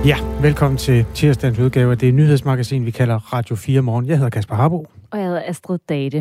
Ja, velkommen til tirsdagens udgave. Det er nyhedsmagasin, vi kalder Radio 4 Morgen. Jeg hedder Kasper Harbo. Og jeg hedder Astrid Date.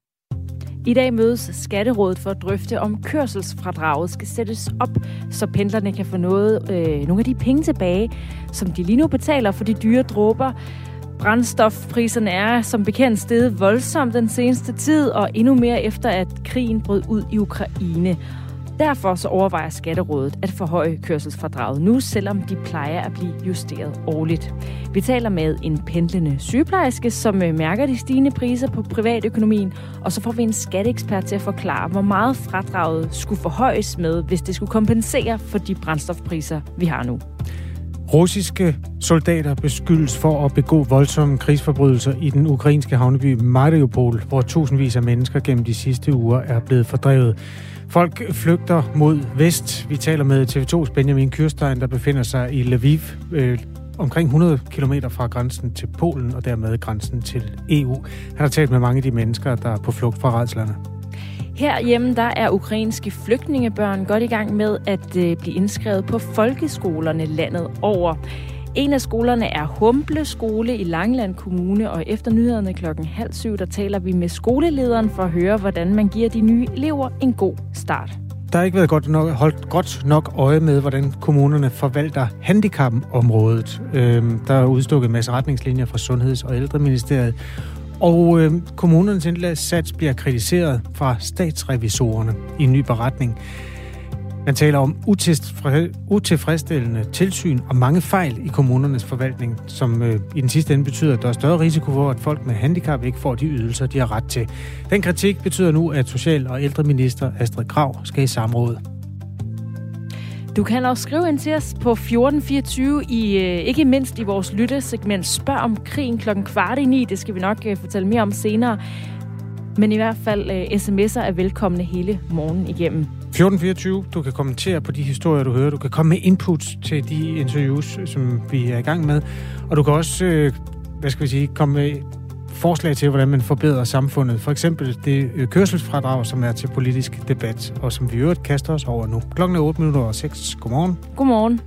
I dag mødes Skatterådet for at drøfte, om kørselsfradraget skal sættes op, så pendlerne kan få nogle af de penge tilbage, som de lige nu betaler for de dyre dråber. Brændstofpriserne er som bekendt steget voldsomt den seneste tid, og endnu mere efter, at krigen brød ud i Ukraine. Derfor så overvejer Skatterådet at forhøje kørselsfradraget nu, selvom de plejer at blive justeret årligt. Vi taler med en pendlende sygeplejerske, som mærker de stigende priser på privatøkonomien, og så får vi en skatteekspert til at forklare, hvor meget fradraget skulle forhøjes med, hvis det skulle kompensere for de brændstofpriser, vi har nu. Russiske soldater beskyldes for at begå voldsomme krigsforbrydelser i den ukrainske havneby Mariupol, hvor tusindvis af mennesker gennem de sidste uger er blevet fordrevet. Folk flygter mod vest. Vi taler med TV2's Benjamin Kürstein, der befinder sig i Lviv, omkring 100 kilometer fra grænsen til Polen og dermed grænsen til EU. Han har talt med mange af de mennesker, der er på flugt fra rædslerne. Herhjemme der er ukrainske flygtningebørn godt i gang med at blive indskrevet på folkeskolerne landet over. En af skolerne er Humble Skole i Langeland Kommune, og efter nyhederne 6:30, der taler vi med skolelederen for at høre, hvordan man giver de nye elever en god start. Der har ikke været holdt godt nok øje med, hvordan kommunerne forvalter handicapområdet. Der er udstukket en masse retningslinjer fra Sundheds- og Ældreministeriet, og kommunernes indsats bliver kritiseret fra statsrevisorerne i en ny beretning. Man taler om utilfredsstillende tilsyn og mange fejl i kommunernes forvaltning, som i den sidste ende betyder, at der er større risiko for, at folk med handicap ikke får de ydelser, de har ret til. Den kritik betyder nu, at Social- og Ældreminister Astrid Krag skal i samråd. Du kan også skrive ind til os på 1424, ikke mindst i vores lyttesegment Spørg om krigen 8:15. Det skal vi nok fortælle mere om senere. Men i hvert fald sms'er er velkomne hele morgen igennem. 1424, du kan kommentere på de historier, du hører. Du kan komme med input til de interviews, som vi er i gang med. Og du kan også, komme med forslag til, hvordan man forbedrer samfundet. For eksempel det kørselsfradrag, som er til politisk debat, og som vi i øvrigt kaster os over nu. Klokken er 8:06. Godmorgen. Godmorgen.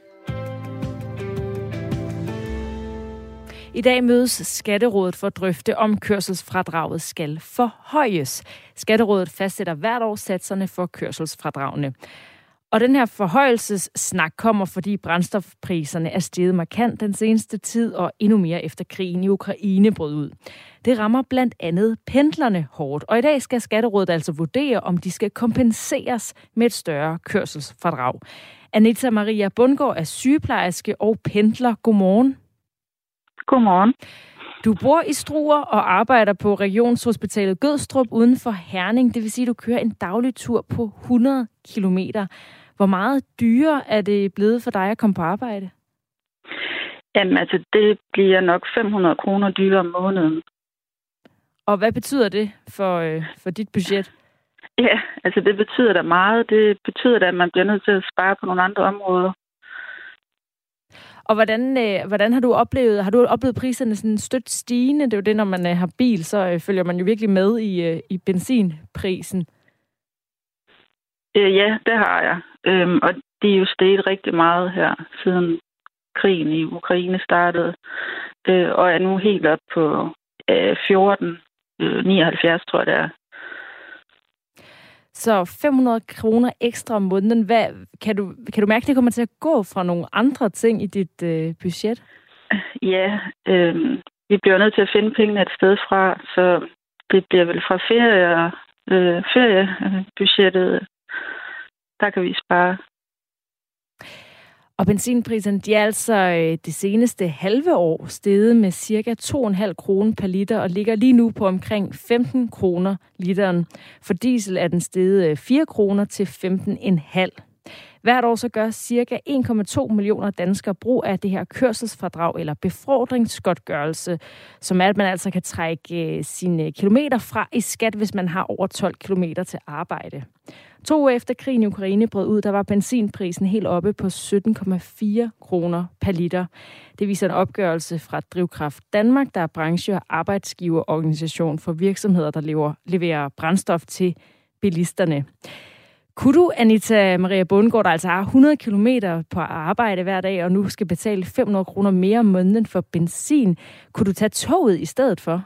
I dag mødes Skatterådet for at drøfte, om kørselsfradraget skal forhøjes. Skatterådet fastsætter hvert år satserne for kørselsfradragene. Og den her forhøjelsessnak kommer, fordi brændstofpriserne er steget markant den seneste tid, og endnu mere efter krigen i Ukraine brød ud. Det rammer blandt andet pendlerne hårdt, og i dag skal Skatterådet altså vurdere, om de skal kompenseres med et større kørselsfradrag. Anita Maria Bundgaard er sygeplejerske og pendler. Godmorgen. Godmorgen. Du bor i Struer og arbejder på Regionshospitalet Gødstrup uden for Herning. Det vil sige, at du kører en daglig tur på 100 kilometer. Hvor meget dyrere er det blevet for dig at komme på arbejde? Jamen altså, det bliver nok 500 kroner dyrere om måneden. Og hvad betyder det for dit budget? Ja, altså det betyder da meget. Det betyder da, at man bliver nødt til at spare på nogle andre områder. Og hvordan har du oplevet priserne sådan stødt stigende? Det er jo det, når man har bil, så følger man jo virkelig med i benzinprisen. Ja, det har jeg. Og de er jo steget rigtig meget her, siden krigen i Ukraine startede. Og er nu helt op på 14,79, tror jeg det er. Så 500 kroner ekstra om måneden. Kan du mærke, at det kommer til at gå fra nogle andre ting i dit budget? Ja, vi bliver nødt til at finde pengene et sted fra, så det bliver vel fra feriebudgettet. Der kan vi spare. Og benzinpriserne, de er altså det seneste halve år steget med cirka 2,5 kroner per liter og ligger lige nu på omkring 15 kroner literen. For diesel er den steget 4 kroner til 15,5. Hvert år så gør cirka 1,2 millioner danskere brug af det her kørselsfradrag eller befordringsgodtgørelse, som er, at man altså kan trække sine kilometer fra i skat, hvis man har over 12 kilometer til arbejde. 2 uger efter krigen i Ukraine brød ud, der var benzinprisen helt oppe på 17,4 kroner per liter. Det viser en opgørelse fra Drivkraft Danmark, der er branche- og arbejdsgiverorganisation for virksomheder, der leverer brændstof til bilisterne. Kunne du, Anita Maria Bundgaard, der altså har 100 kilometer på arbejde hver dag, og nu skal betale 500 kroner mere om måneden for benzin, kunne du tage toget i stedet for?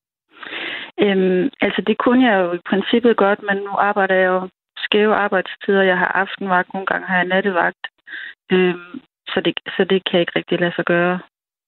Altså, det kunne jeg jo i princippet godt, men nu arbejder jeg jo skæve arbejdstider. Jeg har aftenvagt, nogle gange har jeg nattevagt. Så det kan jeg ikke rigtig lade sig gøre.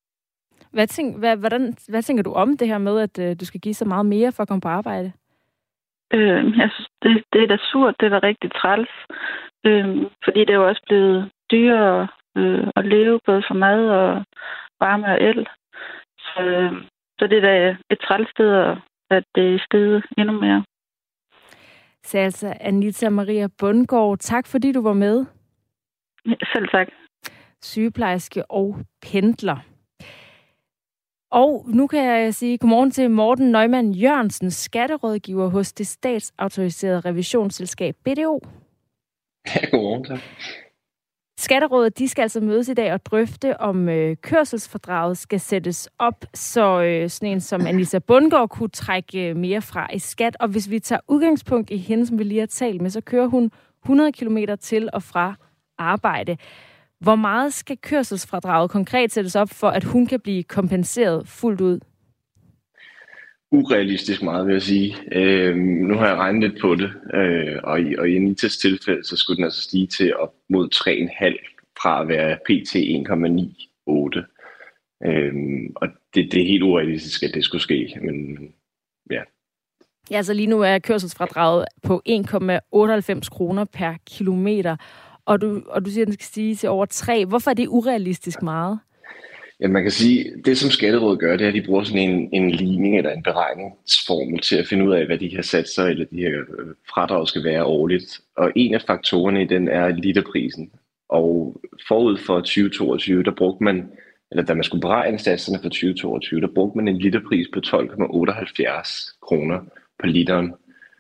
Hvad tænker du om det her med, at du skal give så meget mere for at komme på arbejde? Jeg synes, det er da surt. Det er da rigtig træls. Fordi det er jo også blevet dyrere at leve, både for mad og varme og el. Så det er da et træls sted, at det er steget endnu mere. Så altså Anita Maria Bundgaard, tak fordi du var med. Ja, selv tak. Sygeplejerske og pendler. Og nu kan jeg sige godmorgen til Morten Neumann Jørgensen, skatterådgiver hos det statsautoriserede revisionsselskab BDO. Ja, godmorgen, tak. Skatterådet, de skal altså mødes i dag og drøfte, om kørselsfradraget skal sættes op, så sådan en som Anita Bundgaard kunne trække mere fra i skat. Og hvis vi tager udgangspunkt i hende, som vi lige har talt med, så kører hun 100 kilometer til og fra arbejde. Hvor meget skal kørselsfradraget konkret sættes op, for at hun kan blive kompenseret fuldt ud? Urealistisk meget, vil jeg sige. Nu har jeg regnet lidt på det, og i Anitas tilfælde, så skulle den altså stige til op mod 3,5 fra at være pt. 1,98. Og det er helt urealistisk, at det skulle ske, men ja. Ja, altså lige nu er kørselsfradraget på 1,98 kroner per kilometer, og du siger, at den skal stige til over 3. Hvorfor er det urealistisk meget? Ja, man kan sige, det som Skatterådet gør, det er, at de bruger sådan en ligning eller en beregningsformel til at finde ud af, hvad de her satser eller de her fradrag skal være årligt. Og en af faktorerne i den er literprisen. Og forud for 2022, der brugte man, eller da man skulle beregne satserne for 2022, der brugte man en literpris på 12,78 kroner per literen.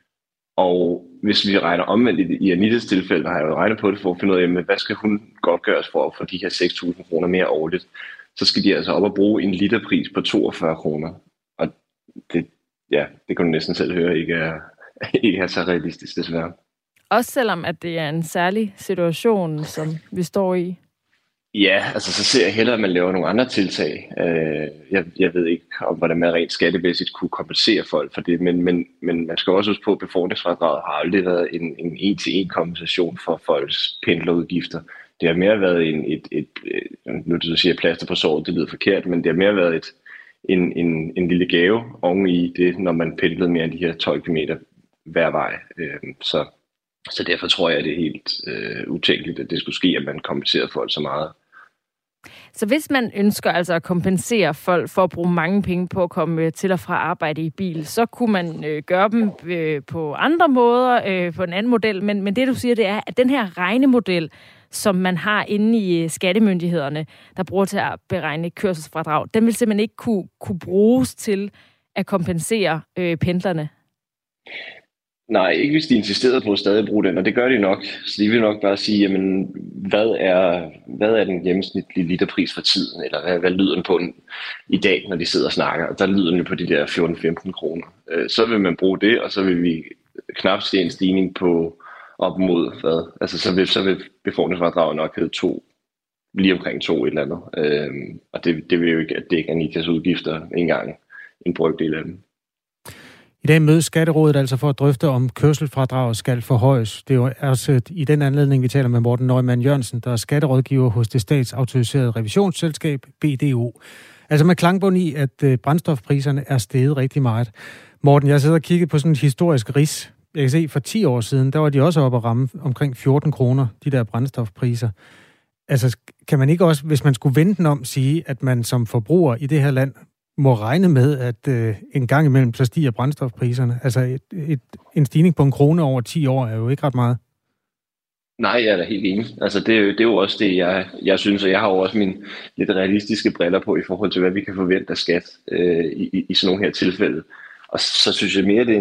Og hvis vi regner omvendt i Anitas tilfælde, har jeg jo regnet på det for at finde ud af, hvad skal hun godtgøres for at få de her 6.000 kroner mere årligt, så skal de altså op og bruge en literpris på 42 kroner. Og det kan du næsten selv høre, ikke er så realistisk desværre. Også selvom at det er en særlig situation, som vi står i? Ja, altså så ser jeg hellere, at man laver nogle andre tiltag. Jeg ved ikke, om hvordan man rent skattemæssigt kunne kompensere folk for det, men man skal også huske på, at befordringsfradraget har aldrig været en en-til-en kompensation for folks pendlerudgifter. Det har mere været nu du siger plaster på såret, det lyder forkert, men det har mere været en lille gave oven i det, når man pendlede mere end de her 12 km hver vej. Så derfor tror jeg, at det er helt utænkeligt, at det skulle ske, at man kompenserede folk så meget. Så hvis man ønsker altså at kompensere folk for at bruge mange penge på at komme til og fra arbejde i bil, så kunne man gøre dem på andre måder, på en anden model. Men det du siger, det er, at den her regnemodel, som man har inde i skattemyndighederne, der bruger til at beregne kørselsfradrag, den vil simpelthen ikke kunne bruges til at kompensere pendlerne. Nej, ikke hvis de insisterede på at stadig bruge den, og det gør de nok. Så de vil nok bare sige, jamen, hvad er den gennemsnitlige literpris for tiden, eller hvad lyder den på den i dag, når de sidder og snakker? Og der lyder den på de der 14-15 kroner. Så vil man bruge det, og så vil vi knap se en stigning på op mod hvad? Altså så vil befordringsfradraget nok hedde 2, lige omkring 2 et eller andet. Og det vil jo ikke dække Anitas udgifter engang en brøkdel af dem. I dag mødes Skatterådet altså for at drøfte, om kørselsfradraget skal forhøjes. Det er jo også i den anledning, vi taler med Morten Neumann Jørgensen, der er skatterådgiver hos det statsautoriserede revisionsselskab BDO. Altså med klangbund i, at brændstofpriserne er steget rigtig meget. Morten, jeg sidder og kigger på sådan et historisk rids. Jeg kan se, for 10 år siden, der var de også oppe at ramme omkring 14 kroner, de der brændstofpriser. Altså kan man ikke også, hvis man skulle vende den om, sige, at man som forbruger i det her land må regne med, at en gang imellem så stiger brændstofpriserne. Altså en stigning på 1 krone over 10 år er jo ikke ret meget. Nej, jeg er da helt enig. Altså det er jo også det, jeg synes, og jeg har jo også mine lidt realistiske briller på i forhold til, hvad vi kan forvente af skat i sådan nogle her tilfælde. Og så synes jeg mere,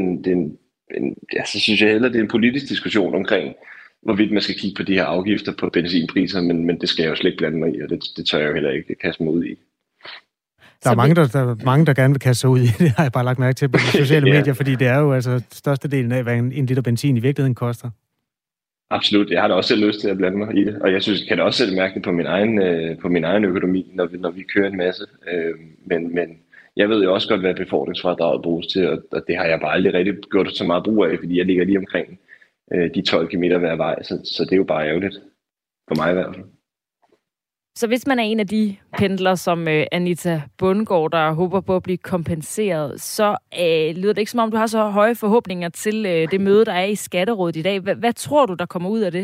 så synes jeg hellere, det er en politisk diskussion omkring, hvorvidt man skal kigge på de her afgifter på benzinpriser, men det skal jeg jo slet ikke blande mig i, og det tør jeg jo heller ikke kaste mig ud i. Der er mange, der gerne vil kaste sig ud i det, har jeg bare lagt mærke til på de sociale medier, fordi det er jo altså størstedelen af, hvad en liter benzin i virkeligheden koster. Absolut. Jeg har da også selv lyst til at blande mig i det. Og jeg synes, kan da også selv mærke det på min egen økonomi, når vi kører en masse. Men jeg ved jo også godt, hvad befordringsfradraget bruges til, og det har jeg bare aldrig rigtig gjort så meget brug af, fordi jeg ligger lige omkring de 12 km hver vej. Så det er jo bare ærgerligt. For mig i hvert fald. Så hvis man er en af de pendlere, som Anita Bundgaard, der håber på at blive kompenseret, så lyder det ikke som om, du har så høje forhåbninger til det møde, der er i Skatterådet i dag. Hvad tror du, der kommer ud af det?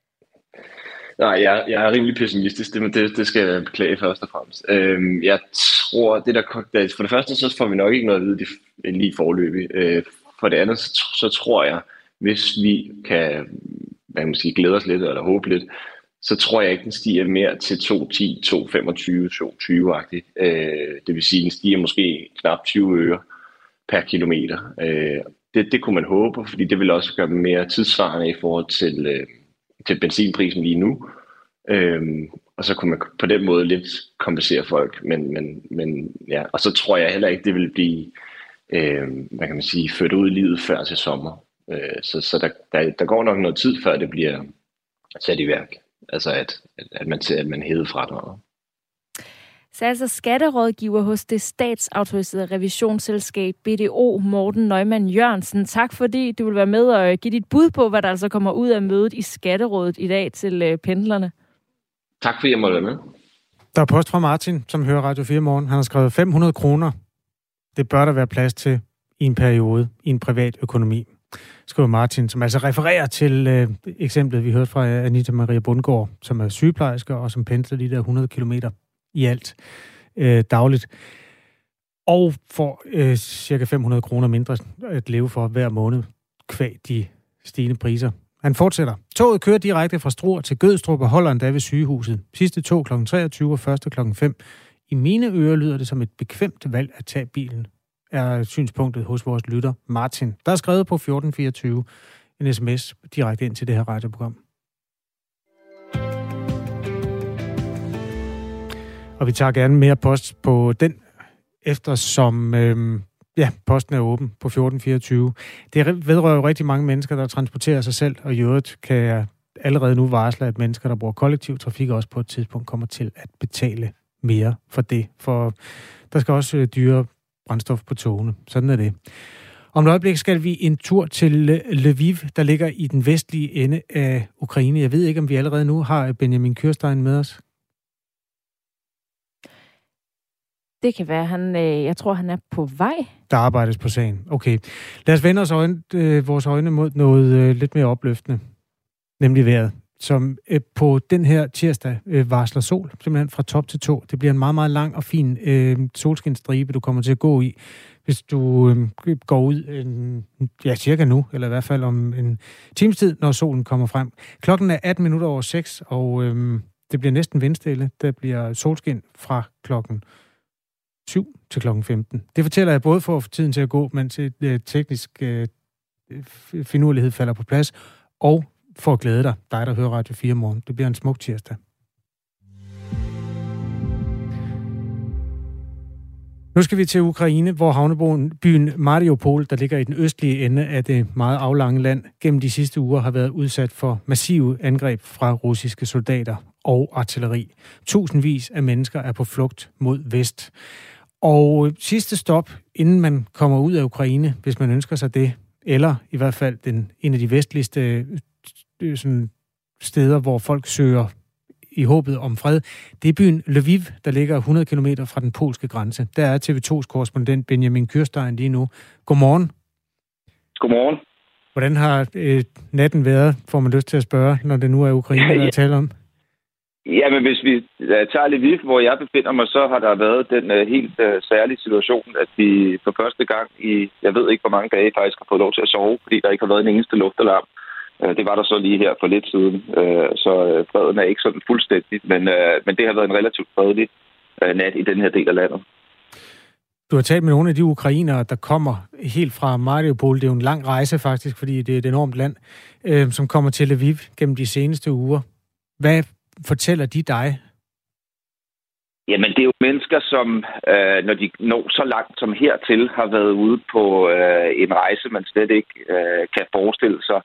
Nej, jeg er rimelig pessimistisk. Det skal jeg beklage først og fremmest. Jeg tror, for det første, så får vi nok ikke noget at vide lige foreløbig. For det andet, så tror jeg, hvis vi kan glæde os lidt eller håbe lidt, så tror jeg ikke, den stiger mere til 2.10, 2.25, 2.20-agtigt. Det vil sige, den stiger måske knap 20 øre per kilometer. Det kunne man håbe, fordi det vil også gøre dem mere tidssvarende i forhold til benzinprisen lige nu. Og så kunne man på den måde lidt kompensere folk. Men ja, og så tror jeg heller ikke, det vil blive ført ud i livet før til sommer. Så der går nok noget tid, før det bliver sat i værk. Altså at man hævede fradraget. Så altså skatterådgiver hos det statsautoriserede revisionsselskab BDO, Morten Neumann Jørgensen. Tak fordi du vil være med og give dit bud på, hvad der altså kommer ud af mødet i Skatterådet i dag til pendlerne. Tak fordi jeg måtte være med. Der er post fra Martin, som hører Radio 4 morgen. Han har skrevet 500 kroner. Det bør der være plads til i en periode i en privat økonomi, skriver Martin, som altså refererer til eksemplet, vi hørte fra Anita Maria Bundgaard, som er sygeplejerske og som pendler de der 100 kilometer i alt dagligt, og får cirka 500 kroner mindre at leve for hver måned, kvæg de stigende priser. Han fortsætter. Toget kører direkte fra Struer til Gødstrup og holder endda ved sygehuset. Sidste tog kl. 23 og første kl. 5. I mine ører lyder det som et bekvemt valg at tage bilen, er synspunktet hos vores lytter Martin, der er skrevet på 1424 en sms direkte ind til det her radioprogram. Og vi tager gerne mere post på den, eftersom posten er åben på 1424. Det vedrører jo rigtig mange mennesker, der transporterer sig selv, og i øvrigt kan jeg allerede nu varsle, at mennesker, der bruger kollektiv trafik, også på et tidspunkt kommer til at betale mere for det. For der skal også dyre brændstof på togene. Sådan er det. Om et øjeblik skal vi en tur til Lviv, der ligger i den vestlige ende af Ukraine. Jeg ved ikke, om vi allerede nu har Benjamin Kjørstein med os. Det kan være, jeg tror, han er på vej. Der arbejdes på sagen. Okay. Lad os vende vores øjne mod noget lidt mere opløftende, nemlig vejret, som på den her tirsdag varsler sol, simpelthen fra top til tå. Det bliver en meget, meget lang og fin solskinstribe, du kommer til at gå i, hvis du går ud cirka nu, eller i hvert fald om en times tid, når solen kommer frem. Klokken er 18 minutter over 6, og det bliver næsten vindstille. Der bliver solskin fra klokken 7 til klokken 15. Det fortæller jeg både for at få tiden til at gå, mens et teknisk finurlighed falder på plads, og for at glæde dig, der hører Radio 4 morgen. Det bliver en smuk tirsdag. Nu skal vi til Ukraine, hvor havnebyen Mariupol, der ligger i den østlige ende af det meget aflange land, gennem de sidste uger har været udsat for massive angreb fra russiske soldater og artilleri. Tusindvis af mennesker er på flugt mod vest. Og sidste stop, inden man kommer ud af Ukraine, hvis man ønsker sig det, eller i hvert fald en af de vestligste steder, hvor folk søger i håbet om fred, det er byen Lviv, der ligger 100 km fra den polske grænse. Der er TV2's korrespondent Benjamin Kjørstein lige nu. Godmorgen. Godmorgen. Hvordan har natten været, får man lyst til at spørge, når det nu er Ukraine, der er tale om? Jamen, hvis vi tager Lviv, hvor jeg befinder mig, så har der været den helt særlige situation, at vi for første gang i, jeg ved ikke hvor mange dage, faktisk har fået lov til at sove, fordi der ikke har været en eneste luftalarm. Det var der så lige her for lidt siden, så freden er ikke sådan fuldstændig, men det har været en relativt fredelig nat i den her del af landet. Du har talt med nogle af de ukrainere, der kommer helt fra Mariupol. Det er jo en lang rejse faktisk, fordi det er et enormt land, som kommer til Lviv gennem de seneste uger. Hvad fortæller de dig? Jamen, det er jo mennesker, som, når de når så langt som hertil, har været ude på en rejse, man slet ikke kan forestille sig.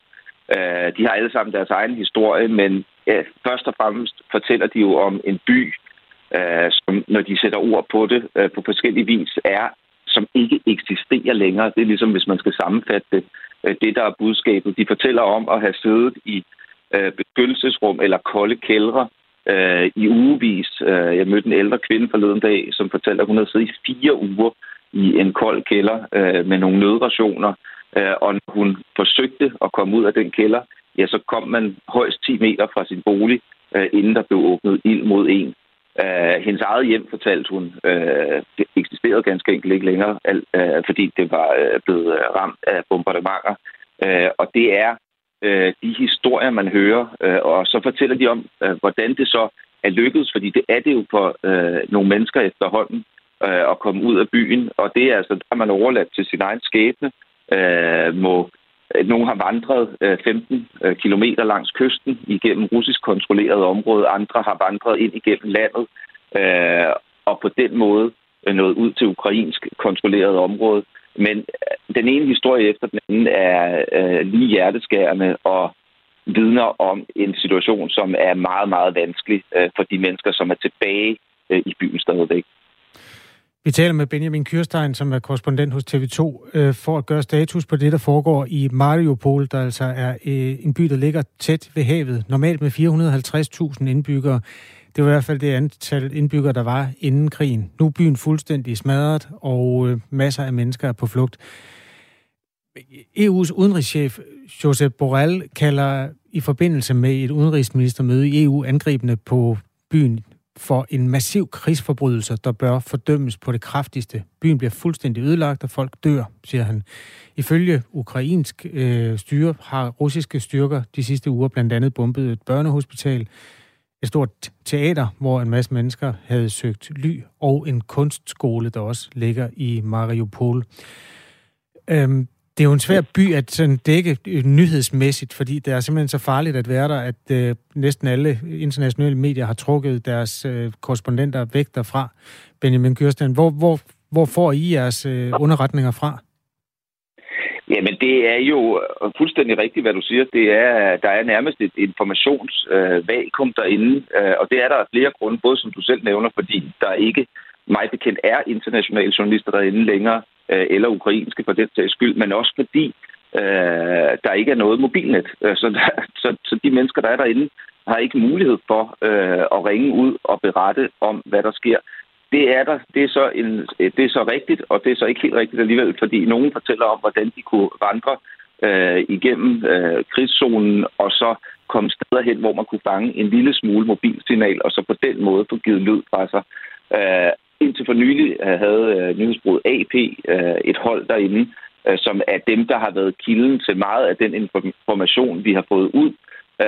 De har alle sammen deres egen historie, men først og fremmest fortæller de jo om en by, som når de sætter ord på det på forskellige vis, som ikke eksisterer længere. Det er ligesom, hvis man skal sammenfatte det der er budskabet. De fortæller om at have siddet i beskyttelsesrum eller kolde kældre i ugevis. Jeg mødte en ældre kvinde forleden dag, som fortalte, at hun havde siddet i 4 uger i en kold kælder med nogle nødrationer. Og når hun forsøgte at komme ud af den kælder, ja, så kom man højst 10 meter fra sin bolig, inden der blev åbnet ild mod en. Hendes eget hjem, fortalte hun, det eksisterede ganske enkelt ikke længere, fordi det var blevet ramt af bombardementer. Og det er de historier, man hører, og så fortæller de om, hvordan det så er lykkedes, fordi det er det jo for nogle mennesker efterhånden at komme ud af byen, og det er altså, der man overladt til sin egen skæbne. Nogle har vandret 15 kilometer langs kysten igennem russisk kontrolleret område, andre har vandret ind igennem landet, og på den måde nået ud til ukrainsk kontrolleret område. Men den ene historie efter den anden er lige hjerteskærende og vidner om en situation, som er meget, meget vanskelig for de mennesker, som er tilbage i byen stadigvæk. Vi taler med Benjamin Kjørstein, som er korrespondent hos TV2, for at gøre status på det, der foregår i Mariupol, der altså er en by, der ligger tæt ved havet, normalt med 450.000 indbyggere. Det var i hvert fald det antal indbyggere, der var inden krigen. Nu er byen fuldstændig smadret, og masser af mennesker er på flugt. EU's udenrigschef, Josep Borrell, kalder i forbindelse med et udenrigsministermøde i EU angribende på byen for en massiv krigsforbrydelse, der bør fordømmes på det kraftigste. Byen bliver fuldstændig ødelagt, og folk dør, siger han. Ifølge ukrainsk styre har russiske styrker de sidste uger blandt andet bombet et børnehospital, et stort teater, hvor en masse mennesker havde søgt ly, og en kunstskole, der også ligger i Mariupol. Det er jo en svær by at sådan dække nyhedsmæssigt, fordi det er simpelthen så farligt at være der, at næsten alle internationale medier har trukket deres korrespondenter væk derfra. Benjamin Kjørstein, hvor får I jeres underretninger fra? Jamen, det er jo fuldstændig rigtigt, hvad du siger. Der er nærmest et informationsvakuum derinde, og det er der af flere grunde, både som du selv nævner, fordi der ikke mig bekendt er internationale journalister derinde længere, eller ukrainske for den sags skyld, men også fordi der ikke er noget mobilnet. Så de mennesker, der er derinde, har ikke mulighed for at ringe ud og berette om, hvad der sker. Det er der. Det er så rigtigt, og det er så ikke helt rigtigt alligevel, fordi nogen fortæller om, hvordan de kunne vandre igennem krigszonen, og så komme steder hen, hvor man kunne fange en lille smule mobilsignal, og så på den måde få givet lyd fra sig. Indtil for nylig havde nyhedsbureauet AP et hold derinde, som er dem, der har været kilden til meget af den information, vi har fået ud.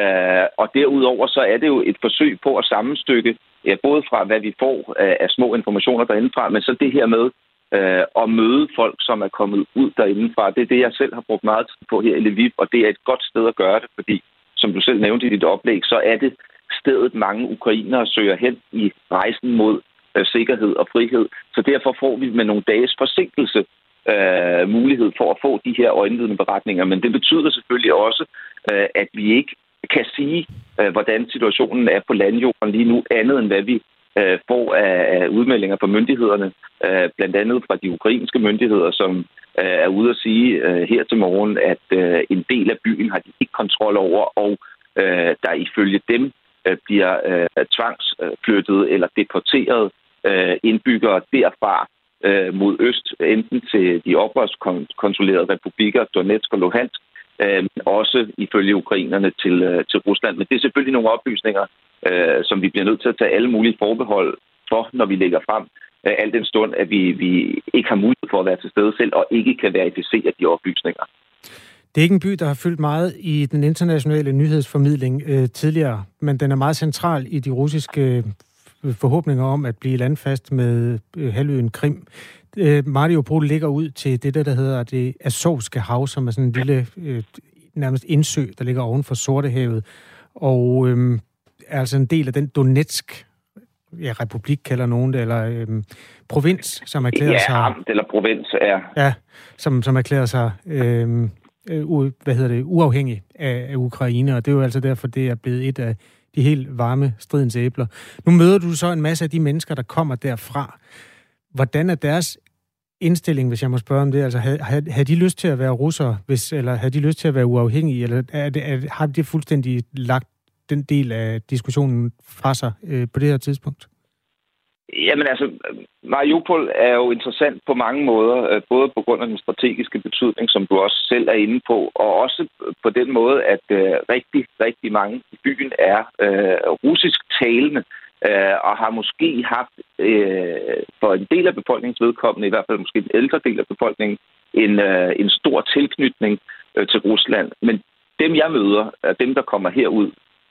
Og derudover så er det jo et forsøg på at sammenstykke, både fra hvad vi får af små informationer derindefra, men så det her med at møde folk, som er kommet ud derindefra. Det er det, jeg selv har brugt meget tid på her i Lviv, og det er et godt sted at gøre det, fordi som du selv nævnte i dit oplæg, så er det stedet, mange ukrainere søger hen i rejsen mod sikkerhed og frihed. Så derfor får vi med nogle dages forsinkelse mulighed for at få de her øjenvidende beretninger. Men det betyder selvfølgelig også, at vi ikke kan sige, hvordan situationen er på landjorden lige nu, andet end hvad vi får af udmeldinger fra myndighederne, blandt andet fra de ukrainske myndigheder, som er ude at sige her til morgen, at en del af byen har de ikke kontrol over, og der ifølge dem bliver tvangsflyttet eller deporteret indbyggere derfra mod øst, enten til de oprørskontrollerede republikker, Donetsk og Luhansk, også ifølge ukrainerne til Rusland. Men det er selvfølgelig nogle oplysninger, som vi bliver nødt til at tage alle mulige forbehold for, når vi lægger frem, al den stund, at vi ikke har mulighed for at være til stede selv, og ikke kan verificere de oplysninger. Det er ikke en by, der har fyldt meget i den internationale nyhedsformidling tidligere, men den er meget central i de russiske forhåbninger om at blive landfast med halvøen Krim. Mariupol ligger ud til det, der hedder det Azovske hav, som er sådan en lille nærmest indsø, der ligger oven for Sortehavet, og er altså en del af den Donetsk republik, kalder nogen det, eller provins, som erklærer sig... Ja, amt eller provins, ja. Ja, som erklærer sig uafhængig af Ukraine, og det er jo altså derfor, det er blevet et af de helt varme stridens æbler. Nu møder du så en masse af de mennesker, der kommer derfra. Hvordan er deres indstilling, hvis jeg må spørge om det? Altså, havde de lyst til at være russere, eller havde de lyst til at være uafhængige, eller har de fuldstændig lagt den del af diskussionen fra sig på det her tidspunkt? Jamen altså, Mariupol er jo interessant på mange måder, både på grund af den strategiske betydning, som du også selv er inde på, og også på den måde, at rigtig, rigtig mange i byen er russisk talende, og har måske haft for en del af befolkningens vedkommende, i hvert fald måske en ældre del af befolkningen, en stor tilknytning til Rusland. Men dem jeg møder, dem der kommer herud,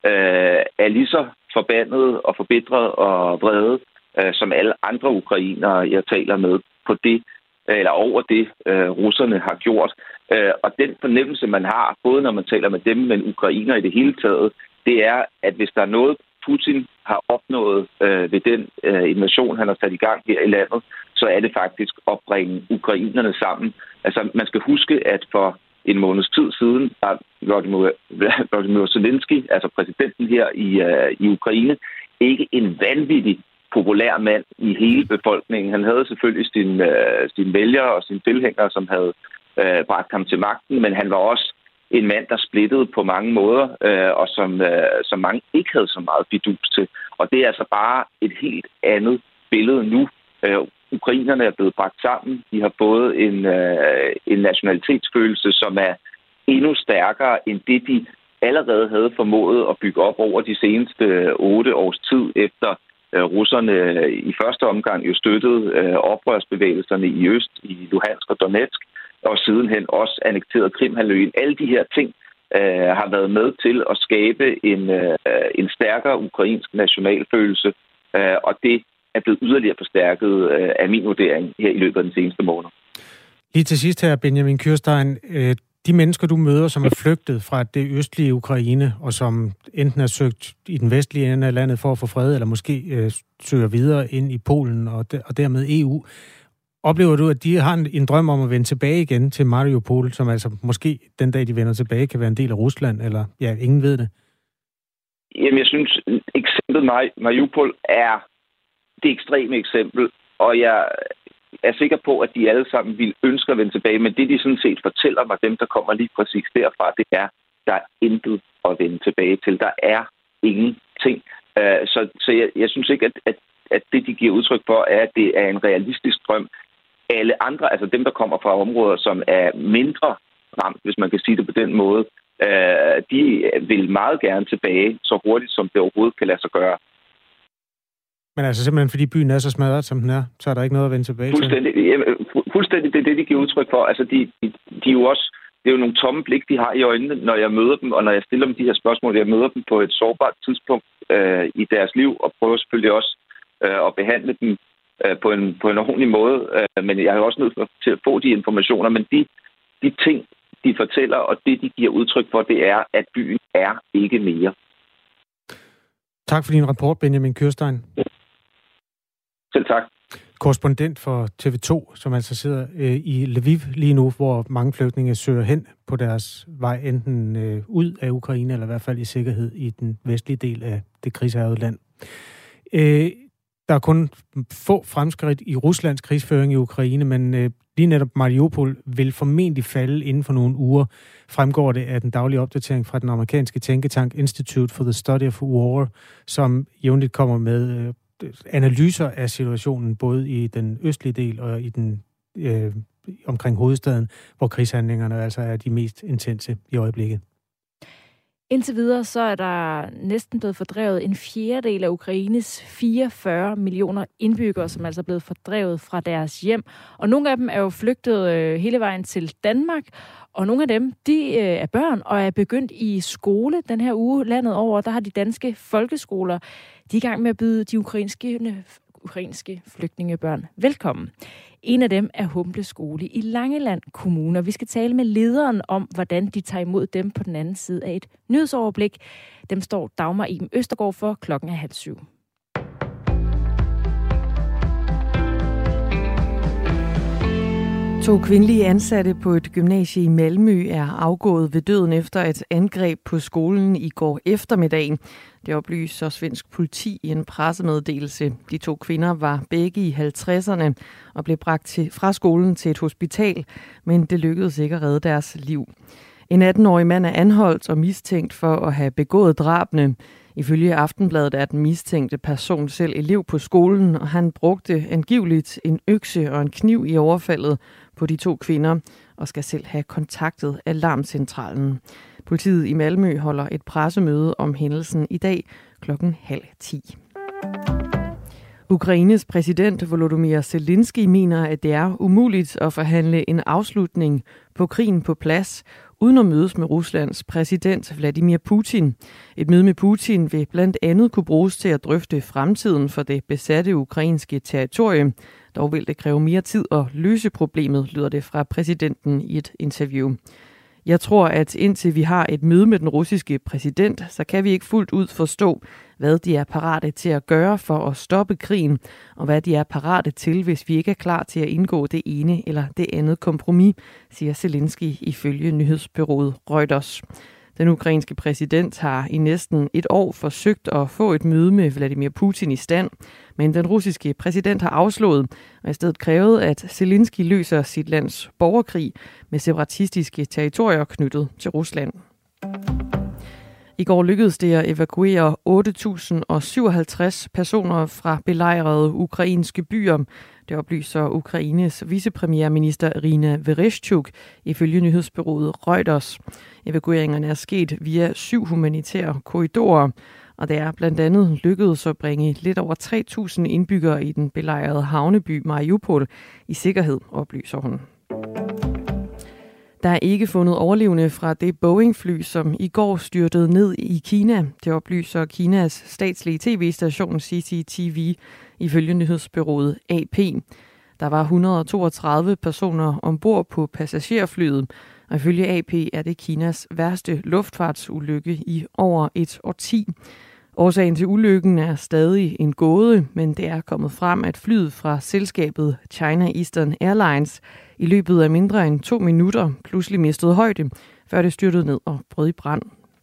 er lige så forbandede og forbitret og vrede, som alle andre ukrainere, jeg taler med, på det, eller over det, russerne har gjort. Og den fornemmelse, man har, både når man taler med dem, men ukrainere i det hele taget, det er, at hvis der er noget, Putin har opnået ved den invasion, han har sat i gang her i landet, så er det faktisk at bringe ukrainerne sammen. Altså, man skal huske, at for en måneds tid siden, der Volodymyr Zelensky, altså præsidenten her i Ukraine, ikke en vanvittig populær mand i hele befolkningen. Han havde selvfølgelig sine vælgere og sine tilhængere, som havde bragt ham til magten, men han var også en mand, der splittede på mange måder, og som mange ikke havde så meget fidus til. Og det er altså bare et helt andet billede nu. Ukrainerne er blevet bragt sammen. De har fået en nationalitetsfølelse, som er endnu stærkere end det, de allerede havde formået at bygge op over de seneste 8 års tid, efter russerne i første omgang jo støttede oprørsbevægelserne i øst, i Luhansk og Donetsk, og sidenhen også annekteret Krimhalvøen. Alle de her ting har været med til at skabe en stærkere ukrainsk nationalfølelse, og det er blevet yderligere forstærket af min vurdering her i løbet af den seneste måned. Lige til sidst her, Benjamin Kjørstein. De mennesker, du møder, som er flygtet fra det østlige Ukraine, og som enten er søgt i den vestlige ende af landet for at få fred, eller måske søger videre ind i Polen og dermed EU, oplever du, at de har en drøm om at vende tilbage igen til Mariupol, som altså måske den dag, de vender tilbage, kan være en del af Rusland, eller ja, ingen ved det? Jamen, jeg synes, eksemplet Mariupol er det ekstreme eksempel, og jeg er sikker på, at de alle sammen vil ønske at vende tilbage, men det, de sådan set fortæller mig, dem, der kommer lige præcis derfra, det er, der er intet at vende tilbage til. Der er ingenting. Så jeg synes ikke, at det, de giver udtryk for, er, at det er en realistisk drøm. Alle andre, altså dem, der kommer fra områder, som er mindre ramt, hvis man kan sige det på den måde, de vil meget gerne tilbage så hurtigt, som det overhovedet kan lade sig gøre. Men altså simpelthen fordi byen er så smadret, som den er, så er der ikke noget at vende tilbage til? Fuldstændig, det er det, de giver udtryk for. Altså, de er jo også, det er jo nogle tomme blik, de har i øjnene, når jeg møder dem, og når jeg stiller dem de her spørgsmål. Jeg møder dem på et sårbart tidspunkt i deres liv, og prøver selvfølgelig også at behandle dem på en ordentlig måde. Men jeg er jo også nødt til at få de informationer. Men de ting, de fortæller, og det, de giver udtryk for, det er, at byen er ikke mere. Tak for din rapport, Benjamin Kjørstein. Selv tak. Korrespondent for TV2, som altså sidder i Lviv lige nu, hvor mange flygtninge søger hen på deres vej, enten ud af Ukraine, eller i hvert fald i sikkerhed i den vestlige del af det krigshærgede land. Der er kun få fremskridt i Ruslands krigsføring i Ukraine, men lige netop Mariupol vil formentlig falde inden for nogle uger, fremgår det af den daglige opdatering fra den amerikanske tænketank Institute for the Study of War, som jævnligt kommer med analyser af situationen både i den østlige del og i den omkring hovedstaden, hvor krigshandlingerne altså er de mest intense i øjeblikket. Indtil videre så er der næsten blevet fordrevet en fjerdedel af Ukraines 44 millioner indbyggere, som er altså blevet fordrevet fra deres hjem. Og nogle af dem er jo flygtet hele vejen til Danmark, og nogle af dem, de er børn og er begyndt i skole den her uge landet over. Der har de danske folkeskoler, de er i gang med at byde de ukrainske flygtningebørn velkommen. En af dem er Humble Skole i Langeland Kommune. Vi skal tale med lederen om, hvordan de tager imod dem på den anden side af et nyhedsoverblik. Dem står Dagmar Iben Østergaard for 6:30. 2 kvindelige ansatte på et gymnasie i Malmø er afgået ved døden efter et angreb på skolen i går eftermiddag. Det oplyser svensk politi i en pressemeddelelse. De 2 kvinder var begge i 50'erne og blev bragt fra skolen til et hospital, men det lykkedes ikke at redde deres liv. En 18-årig mand er anholdt og mistænkt for at have begået drabene. Ifølge Aftenbladet er den mistænkte person selv elev på skolen, og han brugte angiveligt en økse og en kniv i overfaldet på de 2 kvinder og skal selv have kontaktet alarmcentralen. Politiet i Malmø holder et pressemøde om hændelsen i dag kl. 9:30. Ukraines præsident Volodymyr Zelensky mener, at det er umuligt at forhandle en afslutning på krigen på plads, uden at mødes med Ruslands præsident Vladimir Putin. Et møde med Putin vil blandt andet kunne bruges til at drøfte fremtiden for det besatte ukrainske territorium. Dog vil det kræve mere tid at løse problemet, lyder det fra præsidenten i et interview. Jeg tror, at indtil vi har et møde med den russiske præsident, så kan vi ikke fuldt ud forstå, hvad de er parate til at gøre for at stoppe krigen, og hvad de er parate til, hvis vi ikke er klar til at indgå det ene eller det andet kompromis, siger Zelensky ifølge nyhedsbureauet Reuters. Den ukrainske præsident har i næsten et år forsøgt at få et møde med Vladimir Putin i stand, men den russiske præsident har afslået og i stedet krævet, at Zelensky løser sit lands borgerkrig med separatistiske territorier knyttet til Rusland. I går lykkedes det at evakuere 8.057 personer fra belejrede ukrainske byer. Det oplyser Ukraines vicepremierminister Irina Vereshchuk ifølge nyhedsbureauet Reuters. Evakueringerne er sket via 7 humanitære korridorer, og det er blandt andet lykkedes at bringe lidt over 3.000 indbyggere i den belejrede havneby Mariupol i sikkerhed, oplyser hun. Der er ikke fundet overlevende fra det Boeing-fly, som i går styrtede ned i Kina. Det oplyser Kinas statslige tv-station CCTV ifølge nyhedsbureauet AP. Der var 132 personer ombord på passagerflyet, og ifølge AP er det Kinas værste luftfartsulykke i over et årti. Årsagen til ulykken er stadig en gåde, men det er kommet frem, at flyet fra selskabet China Eastern Airlines i løbet af mindre end 2 minutter pludselig mistede højde, før det styrtede ned og brød i brand.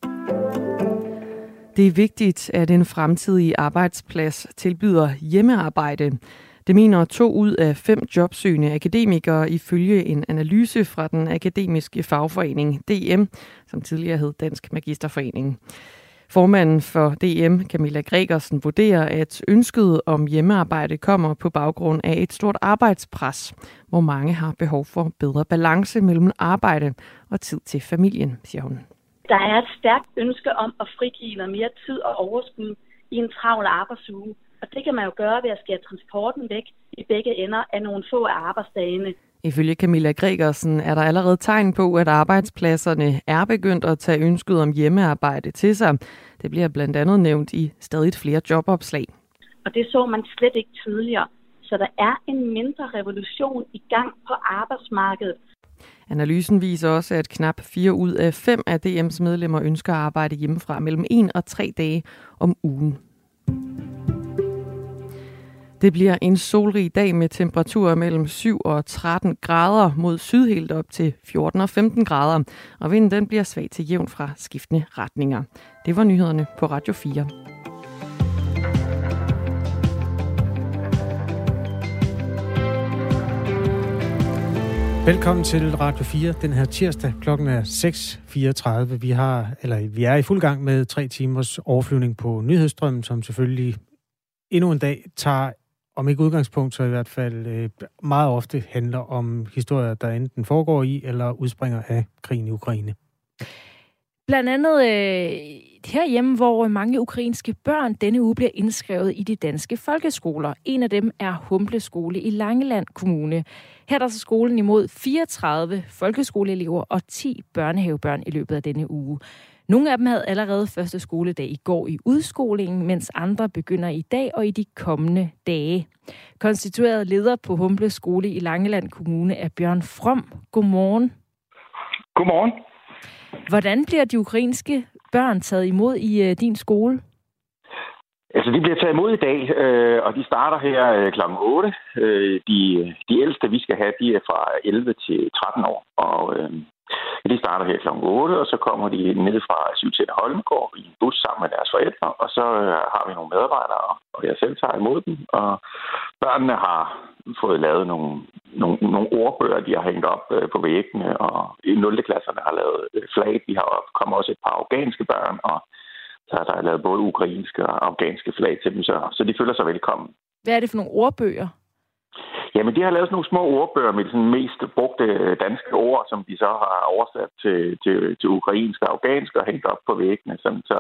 Det er vigtigt, at en fremtidig arbejdsplads tilbyder hjemmearbejde. Det mener 2 ud af 5 jobsøgende akademikere ifølge en analyse fra den akademiske fagforening DM, som tidligere hed Dansk Magisterforening. Formanden for DM, Camilla Gregersen, vurderer, at ønsket om hjemmearbejde kommer på baggrund af et stort arbejdspres, hvor mange har behov for bedre balance mellem arbejde og tid til familien, siger hun. Der er et stærkt ønske om at frigive noget mere tid og overskud i en travl arbejdsuge. Og det kan man jo gøre ved at skære transporten væk i begge ender af nogle få af arbejdsdagene. Ifølge Camilla Gregersen er der allerede tegn på, at arbejdspladserne er begyndt at tage ønsket om hjemmearbejde til sig. Det bliver blandt andet nævnt i stadig flere jobopslag. Og det så man slet ikke tidligere. Så der er en mindre revolution i gang på arbejdsmarkedet. Analysen viser også, at knap 4 ud af 5 af DM's medlemmer ønsker at arbejde hjemmefra mellem 1 og 3 dage om ugen. Det bliver en solrig dag med temperaturer mellem 7 og 13 grader mod syd helt op til 14 og 15 grader. Og vinden den bliver svag til jævn fra skiftende retninger. Det var nyhederne på Radio 4. Velkommen til Radio 4 den her tirsdag. Klokken er 6.34. Vi er i fuld gang med 3 timers overflyvning på nyhedsstrømmen, som selvfølgelig endnu en dag tager, om ikke udgangspunkt, så i hvert fald meget ofte handler om historier, der enten foregår i eller udspringer af krigen i Ukraine. Blandt andet herhjemme, hvor mange ukrainske børn denne uge bliver indskrevet i de danske folkeskoler. En af dem er Humble Skole i Langeland Kommune. Her er der så skolen imod 34 folkeskoleelever og 10 børnehavebørn i løbet af denne uge. Nogle af dem havde allerede første skoledag i går i udskolingen, mens andre begynder i dag og i de kommende dage. Konstitueret leder på Humble Skole i Langeland Kommune er Bjørn From. Godmorgen. Godmorgen. Hvordan bliver de ukrainske børn taget imod i din skole? Altså, de bliver taget imod i dag, og de starter her kl. 8. De ældste, vi skal have, de er fra 11 til 13 år, og de starter her kl. 8, og så kommer de ned fra Syvtjern Holmegård i en bus sammen med deres forældre, og så har vi nogle medarbejdere, og jeg selv tager imod dem, og børnene har fået lavet nogle ordbøger, de har hængt op på væggene, og i 0. klasserne har lavet flag. Vi har kommet også et par afghanske børn, og så er der lavet både ukrainske og afghanske flag til dem, så de føler sig velkommen. Hvad er det for nogle ordbøger? Jamen, de har lavet sådan nogle små ordbøger med de sådan mest brugte danske ord, som de så har oversat til ukrainsk og afghansk og hængt op på væggene.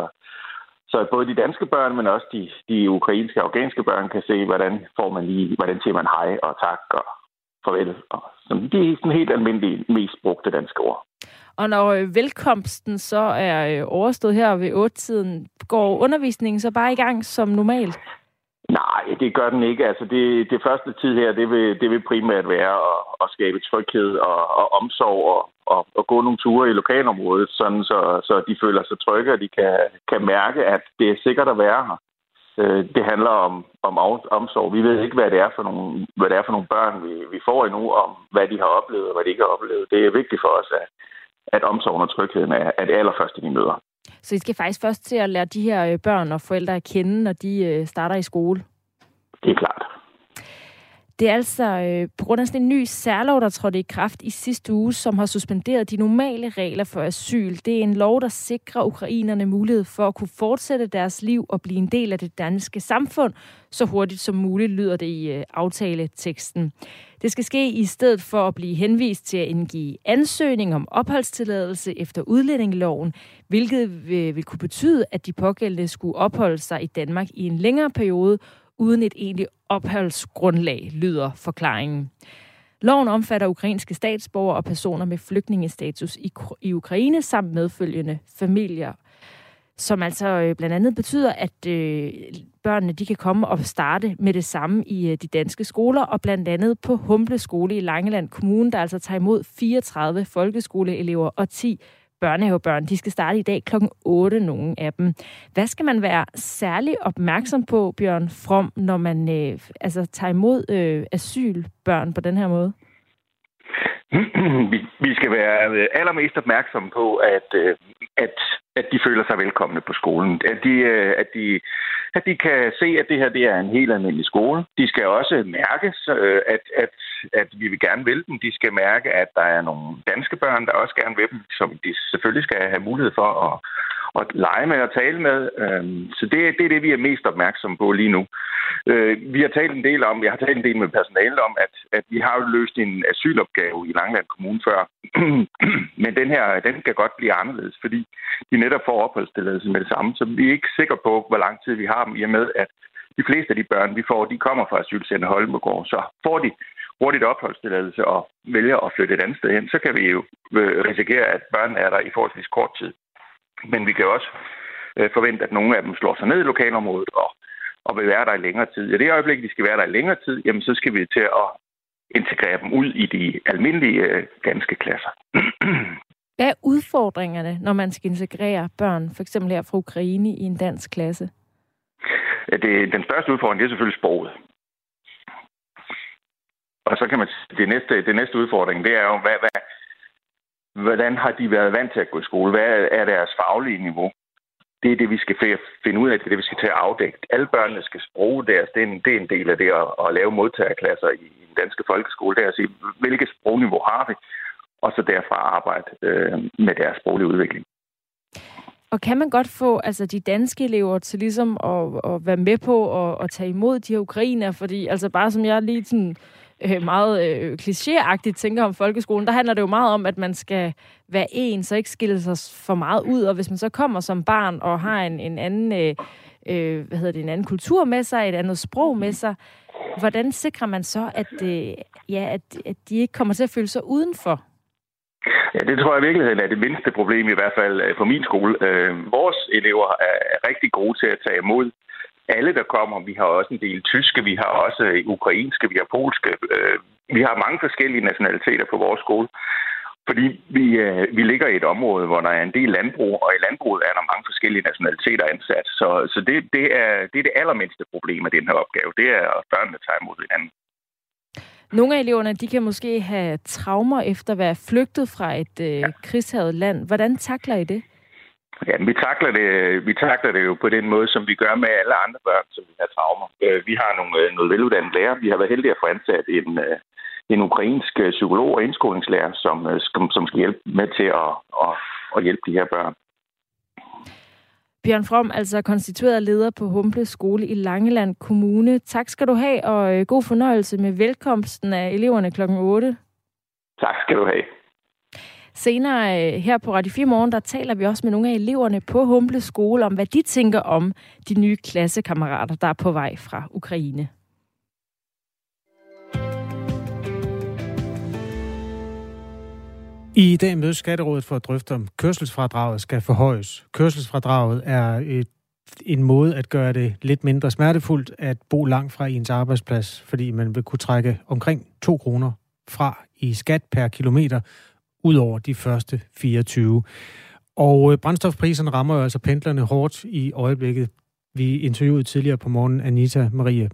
Så både de danske børn, men også de ukrainske og afghanske børn kan se, hvordan siger man hej og tak og farvel. Og sådan, de er sådan helt almindelige, mest brugte danske ord. Og når velkomsten så er overstået her ved 8-tiden, går undervisningen så bare i gang som normalt? Nej, det gør den ikke. Altså det første tid her, det vil primært være at skabe tryghed og omsorg og gå nogle ture i lokalområdet, sådan så de føler sig trygge, og de kan mærke, at det er sikkert at være her. Det handler om omsorg. Vi ved ikke, hvad det er for nogle børn, vi får endnu, om hvad de har oplevet og hvad de ikke har oplevet. Det er vigtigt for os, at omsorgen og trygheden er det allerførste, vi møder. Så I skal faktisk først til at lære de her børn og forældre at kende, når de starter i skole? Det er klart. Det er altså på grund af sådan en ny særlov, der trådte i kraft i sidste uge, som har suspenderet de normale regler for asyl. Det er en lov, der sikrer ukrainerne mulighed for at kunne fortsætte deres liv og blive en del af det danske samfund så hurtigt som muligt, lyder det i aftaleteksten. Det skal ske i stedet for at blive henvist til at indgive ansøgning om opholdstilladelse efter udlændingeloven, hvilket vil kunne betyde, at de pågældende skulle opholde sig i Danmark i en længere periode, uden et egentligt opholdsgrundlag, lyder forklaringen. Loven omfatter ukrainske statsborgere og personer med flygtningestatus i Ukraine samt medfølgende familier, som altså blandt andet betyder, at børnene de kan komme og starte med det samme i de danske skoler, og blandt andet på Humble Skole i Langeland Kommune, der altså tager imod 34 folkeskoleelever og 10 børnehavebørn. De skal starte i dag kl. 8, nogle af dem. Hvad skal man være særlig opmærksom på, Bjørn From, når man tager imod asylbørn på den her måde? Vi skal være allermest opmærksomme på, at de føler sig velkomne på skolen. At de kan se, at det her det er en helt almindelig skole. De skal også mærke, at vi vil gerne vil dem. De skal mærke, at der er nogle danske børn, der også gerne vil dem, som de selvfølgelig skal have mulighed for at lege med og tale med. Så det er det, vi er mest opmærksomme på lige nu. Jeg har talt en del med personalet om, at vi har jo løst en asylopgave i Langeland Kommune før. Men den kan godt blive anderledes, fordi de netop får opholdstilladelse med det samme. Så vi er ikke sikre på, hvor lang tid vi har dem, i og med, at de fleste af de børn, vi får, de kommer fra Asylcenter Holmegård. Så får de hurtigt opholdstilladelse og vælger at flytte et andet sted hen, så kan vi jo risikere, at børnene er der i forholdsvis kort tid. Men vi kan også forvente, at nogle af dem slår sig ned i lokalområdet og vil være der i længere tid. I det øjeblik, de skal være der i længere tid, jamen så skal vi til at integrere dem ud i de almindelige danske klasser. Hvad er udfordringerne, når man skal integrere børn, for eksempel her fra Ukraine, i en dansk klasse? Ja, den største udfordring, det er selvfølgelig sproget. Og så kan man det næste udfordring, det er jo, hvordan har de været vant til at gå i skole? Hvad er deres faglige niveau? Det er det, vi skal finde ud af. Det er det, vi skal til at afdække. Alle børnene skal sproge deres. Det er en del af det at lave modtagerklasser i den danske folkeskole. Det er at sige, hvilket sprogniveau har vi? Og så derfra arbejde med deres sproglige udvikling. Og kan man godt få de danske elever til ligesom at være med på at tage imod de her ukrainere? Fordi bare som jeg lige sådan meget klichéagtigt tænker om folkeskolen, der handler det jo meget om, at man skal være en, så ikke skille sig for meget ud. Og hvis man så kommer som barn og har en anden en anden kultur med sig, et andet sprog med sig, hvordan sikrer man så, at de ikke kommer til at føle sig udenfor? Ja, det tror jeg i virkeligheden er det mindste problem, i hvert fald på min skole. Vores elever er rigtig gode til at tage imod alle, der kommer. Vi har også en del tyske, vi har også ukrainske, vi har polske. Vi har mange forskellige nationaliteter på vores skole. Fordi vi ligger i et område, hvor der er en del landbrug, og i landbruget er der mange forskellige nationaliteter ansat. Så det er det allermindste problem af den her opgave. Det er, at børnene tager imod hinanden. Nogle af eleverne, de kan måske have traumer efter at være flygtet fra et krigshærget land. Hvordan takler I det? Ja, vi takler det jo på den måde, som vi gør med alle andre børn, som vi har traumer. Vi har nogle veluddannede lærere. Vi har været heldige at få ansat en ukrainsk psykolog og indskolingslærer, som skal hjælpe med til at hjælpe de her børn. Bjørn From, altså konstitueret leder på Humble Skole i Langeland Kommune. Tak skal du have, og god fornøjelse med velkomsten af eleverne kl. 8. Tak skal du have. Senere her på Radio 4 Morgen, der taler vi også med nogle af eleverne på Humble Skole om, hvad de tænker om de nye klassekammerater, der er på vej fra Ukraine. I dag mødes Skatterådet for at drøfte, om kørselsfradraget skal forhøjes. Kørselsfradraget er en måde at gøre det lidt mindre smertefuldt at bo langt fra ens arbejdsplads, fordi man vil kunne trække omkring 2 kroner fra i skat per kilometer, ud over de første 24. Og brændstofpriserne rammer jo altså pendlerne hårdt i øjeblikket. Vi interviewede tidligere på morgenen Anita Marie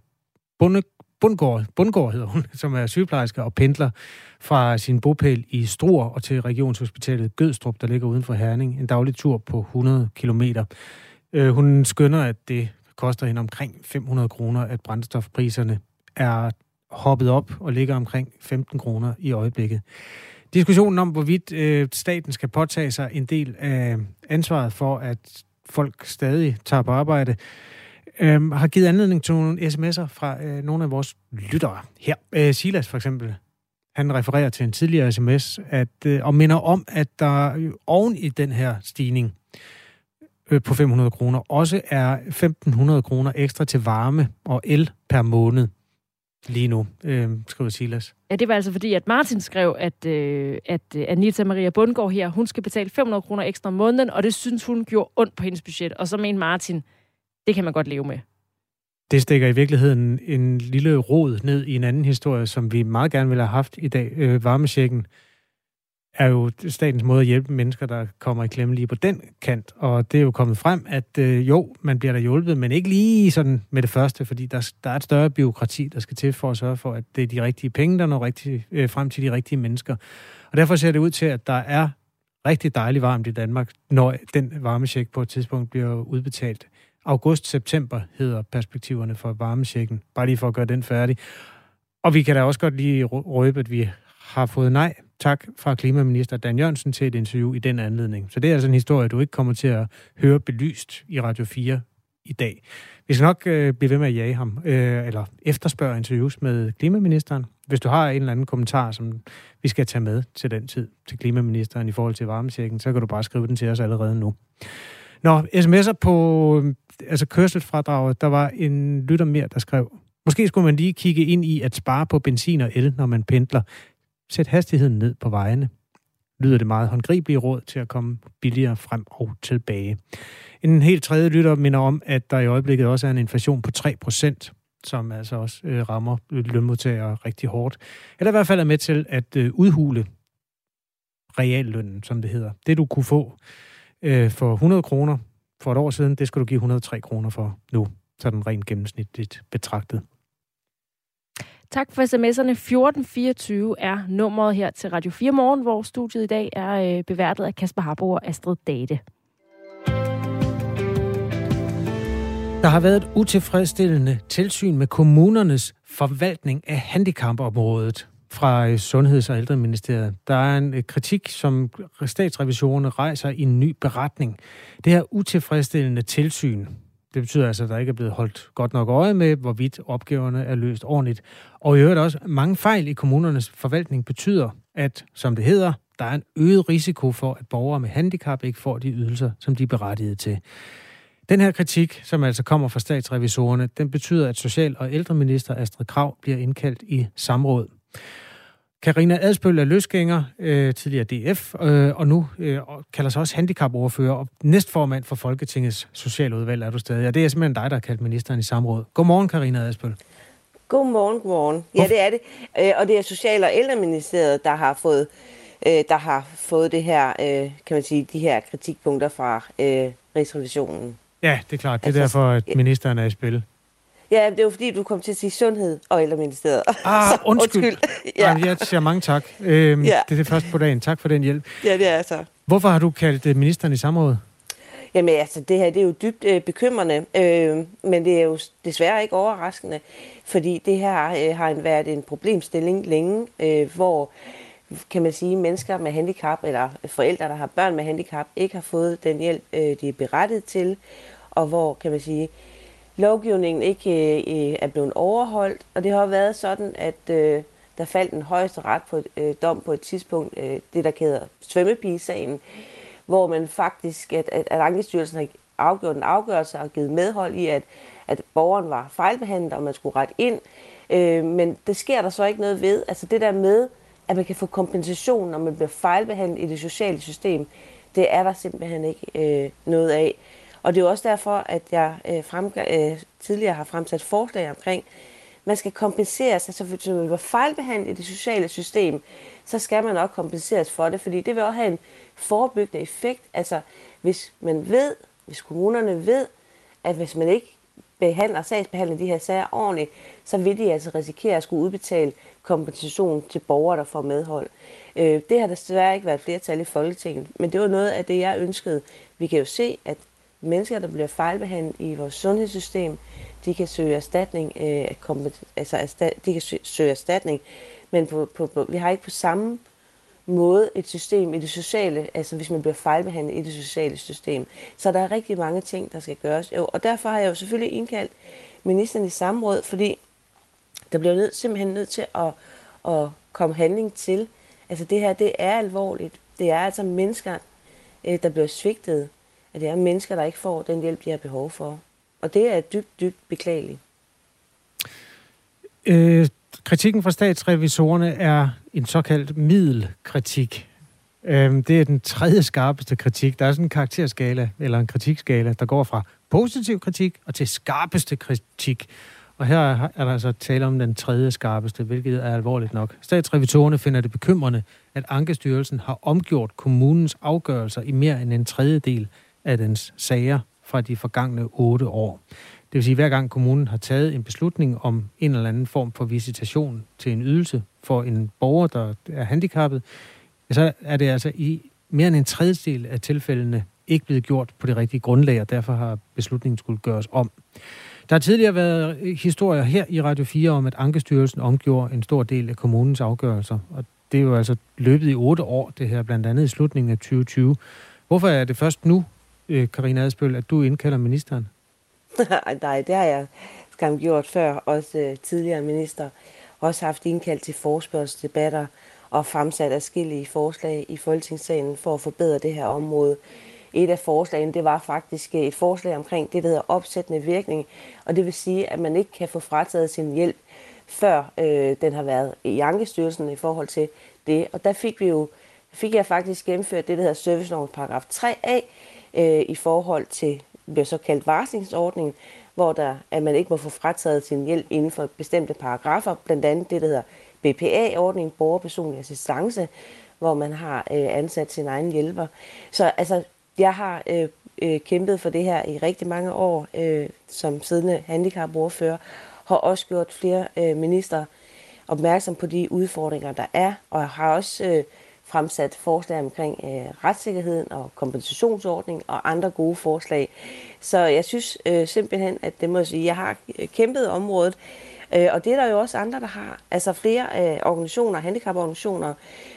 Bundgaard hedder hun, som er sygeplejerske og pendler fra sin bopæl i Struer og til Regionshospitalet Gødstrup, der ligger uden for Herning. En daglig tur på 100 kilometer. Hun skønner, at det koster hende omkring 500 kroner, at brændstofpriserne er hoppet op og ligger omkring 15 kroner i øjeblikket. Diskussionen om, hvorvidt staten skal påtage sig en del af ansvaret for, at folk stadig tager på arbejde, har givet anledning til nogle sms'er fra nogle af vores lyttere her. Silas for eksempel, han refererer til en tidligere sms og minder om, at der oven i den her stigning på 500 kroner også er 1.500 kroner ekstra til varme og el per måned lige nu, skriver Silas. Ja, det var altså fordi, at Martin skrev, at Anita Maria Bundgaard her, hun skal betale 500 kroner ekstra om måneden, og det synes hun gjorde ondt på hendes budget. Og så mente Martin, det kan man godt leve med. Det stikker i virkeligheden en lille rod ned i en anden historie, som vi meget gerne ville have haft i dag. Varmechecken er jo statens måde at hjælpe mennesker, der kommer i klemme lige på den kant. Og det er jo kommet frem, at man bliver der hjulpet, men ikke lige sådan med det første, fordi der er et større bureaukrati, der skal til for at sørge for, at det er de rigtige penge, der når frem til de rigtige mennesker. Og derfor ser det ud til, at der er rigtig dejligt varmt i Danmark, når den varmecheck på et tidspunkt bliver udbetalt. August-september hedder perspektiverne for varmechecken. Bare lige for at gøre den færdig. Og vi kan da også godt lige røbe, at vi har fået nej tak fra klimaminister Dan Jørgensen til et interview i den anledning. Så det er altså en historie, du ikke kommer til at høre belyst i Radio 4 i dag. Vi skal nok blive ved med at jage ham, eller efterspørge interviews med klimaministeren. Hvis du har en eller anden kommentar, som vi skal tage med til den tid til klimaministeren i forhold til varmechecken, så kan du bare skrive den til os allerede nu. Nå, sms'er på kørselsfradraget, der var en lytter mere, der skrev, måske skulle man lige kigge ind i at spare på benzin og el, når man pendler. Sæt hastigheden ned på vejene. Lyder det meget håndgribelige råd til at komme billigere frem og tilbage. En helt tredje lytter minder om, at der i øjeblikket også er en inflation på 3%, som altså også rammer lønmodtagere rigtig hårdt. Eller i hvert fald er med til at udhule reallønnen, som det hedder. Det du kunne få for 100 kroner for et år siden, det skal du give 103 kroner for nu, sådan rent gennemsnitligt betragtet. Tak for sms'erne. 1424 er nummeret her til Radio 4 Morgen, hvor studiet i dag er beværtet af Kasper Harbo og Astrid Date. Der har været et utilfredsstillende tilsyn med kommunernes forvaltning af handicapområdet fra Sundheds- og Ældreministeriet. Der er en kritik, som statsrevisorerne rejser i en ny beretning. Det her utilfredsstillende tilsyn, det betyder altså, at der ikke er blevet holdt godt nok øje med, hvorvidt opgaverne er løst ordentligt. Og i øvrigt også, mange fejl i kommunernes forvaltning betyder, at, som det hedder, der er en øget risiko for, at borgere med handicap ikke får de ydelser, som de er berettiget til. Den her kritik, som altså kommer fra statsrevisorerne, den betyder, at Social- og Ældreminister Astrid Krag bliver indkaldt i samråd. Karina Adsbøl er løsgænger, tidligere DF, og nu kalder sig også handicapordfører og næstformand for Folketingets Socialudvalg er du stadig. Og det er simpelthen dig, der har kaldt ministeren i samråd. Godmorgen, Karina Adsbøl. Godmorgen. Ja, det er det. Og det er Social- og Ældreministeriet, der har fået der har fået det her, kan man sige, de her kritikpunkter fra Rigsrevisionen. Ja, det er klart. Det er derfor, at ministeren er i spil. Ja, det er jo fordi, du kom til at sige Sundhed og Ældreministeriet. Undskyld. Ja. Jeg siger mange tak. Det er det første på dagen. Tak for den hjælp. Ja, det er så. Hvorfor har du kaldt ministeren i samråd? Jamen altså, det her det er jo dybt bekymrende, men det er jo desværre ikke overraskende, fordi det her har været en problemstilling længe, hvor, kan man sige, mennesker med handicap, eller forældre, der har børn med handicap, ikke har fået den hjælp, de er berettiget til, og hvor, kan man sige, lovgivningen ikke er blevet overholdt, og det har været sådan, at der faldt en højesteret på dom på et tidspunkt, det der hedder svømmepigesagen, hvor man faktisk, at Ankestyrelsen har afgjort en afgørelse og givet medhold i, at borgeren var fejlbehandlet, og man skulle rette ind. Men det sker der så ikke noget ved. Altså det der med, at man kan få kompensation, når man bliver fejlbehandlet i det sociale system, det er der simpelthen ikke noget af. Og det er også derfor, at jeg tidligere har fremsat forslag omkring, man skal kompenseres, altså hvis man bliver fejlbehandlet i det sociale system, så skal man også kompenseres for det, fordi det vil også have en forebyggende effekt. Altså hvis kommunerne ved, at hvis man ikke sagsbehandler de her sager ordentligt, så vil de altså risikere at skulle udbetale kompensation til borgere, der får medhold. Det har desværre ikke været flertal i Folketinget, men det var noget af det, jeg ønskede. Vi kan jo se, at mennesker, der bliver fejlbehandlet i vores sundhedssystem, de kan søge erstatning, men vi har ikke på samme måde et system i det sociale, altså hvis man bliver fejlbehandlet i det sociale system. Så der er rigtig mange ting, der skal gøres. Og derfor har jeg jo selvfølgelig indkaldt ministeren i samråd, fordi der bliver simpelthen nødt til at komme handling til. Altså det her, det er alvorligt. Det er altså mennesker, der bliver svigtet. At det er mennesker, der ikke får den hjælp, de har behov for. Og det er dybt, dybt beklageligt. Kritikken fra statsrevisorerne er en såkaldt middelkritik. Det er den tredje skarpeste kritik. Der er sådan en karakterskala, eller en kritikskala, der går fra positiv kritik og til skarpeste kritik. Og her er der altså tale om den tredje skarpeste, hvilket er alvorligt nok. Statsrevisorerne finder det bekymrende, at Ankestyrelsen har omgjort kommunens afgørelser i mere end en tredjedel af dens sager fra de forgangne 8 år. Det vil sige, at hver gang kommunen har taget en beslutning om en eller anden form for visitation til en ydelse for en borger, der er handicappet, så er det altså i mere end en tredjedel af tilfældene ikke blevet gjort på det rigtige grundlag, og derfor har beslutningen skulle gøres om. Der har tidligere været historier her i Radio 4 om, at Ankestyrelsen omgjorde en stor del af kommunens afgørelser, og det er jo altså løbet i 8 år, det her blandt andet i slutningen af 2020. Hvorfor er det først nu, Karina Adsbøl, at du indkalder ministeren? Nej, det har jeg skam gjort før, også tidligere minister. Også haft indkaldt til forespørgselsdebatter og fremsat adskillige forslag i Folketingssalen for at forbedre det her område. Et af forslagene, det var faktisk et forslag omkring det, der hedder opsættende virkning, og det vil sige, at man ikke kan få frataget sin hjælp, før den har været i Ankestyrelsen i forhold til det. Og der fik jeg faktisk gennemført det, der hedder servicelovens paragraf 3a, i forhold til det såkaldt varslingsordning, hvor at man ikke må få frataget sin hjælp inden for bestemte paragrafer, blandt andet det, der hedder BPA-ordning, borgerpersonlig assistance, hvor man har ansat sin egen hjælper. Så altså, jeg har kæmpet for det her i rigtig mange år som siddende handicapordfører, har også gjort flere ministre opmærksom på de udfordringer, der er, og har også fremsat forslag omkring retssikkerheden og kompensationsordning og andre gode forslag. Så jeg synes simpelthen, at det må jeg sige, jeg har kæmpet området, og det er der jo også andre, der har. Altså flere organisationer, handicaporganisationer,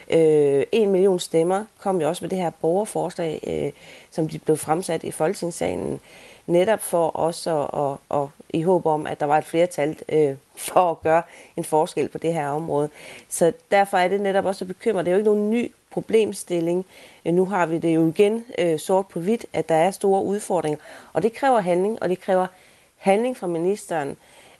1 million stemmer, kom jo også med det her borgerforslag, som de blev fremsat i Folketingssalen, netop for også og i håb om, at der var et flertal for at gøre en forskel på det her område. Så derfor er det netop også bekymret. Det er jo ikke nogen ny problemstilling. Nu har vi det jo igen sort på hvidt, at der er store udfordringer, og det kræver handling, og det kræver handling fra ministeren.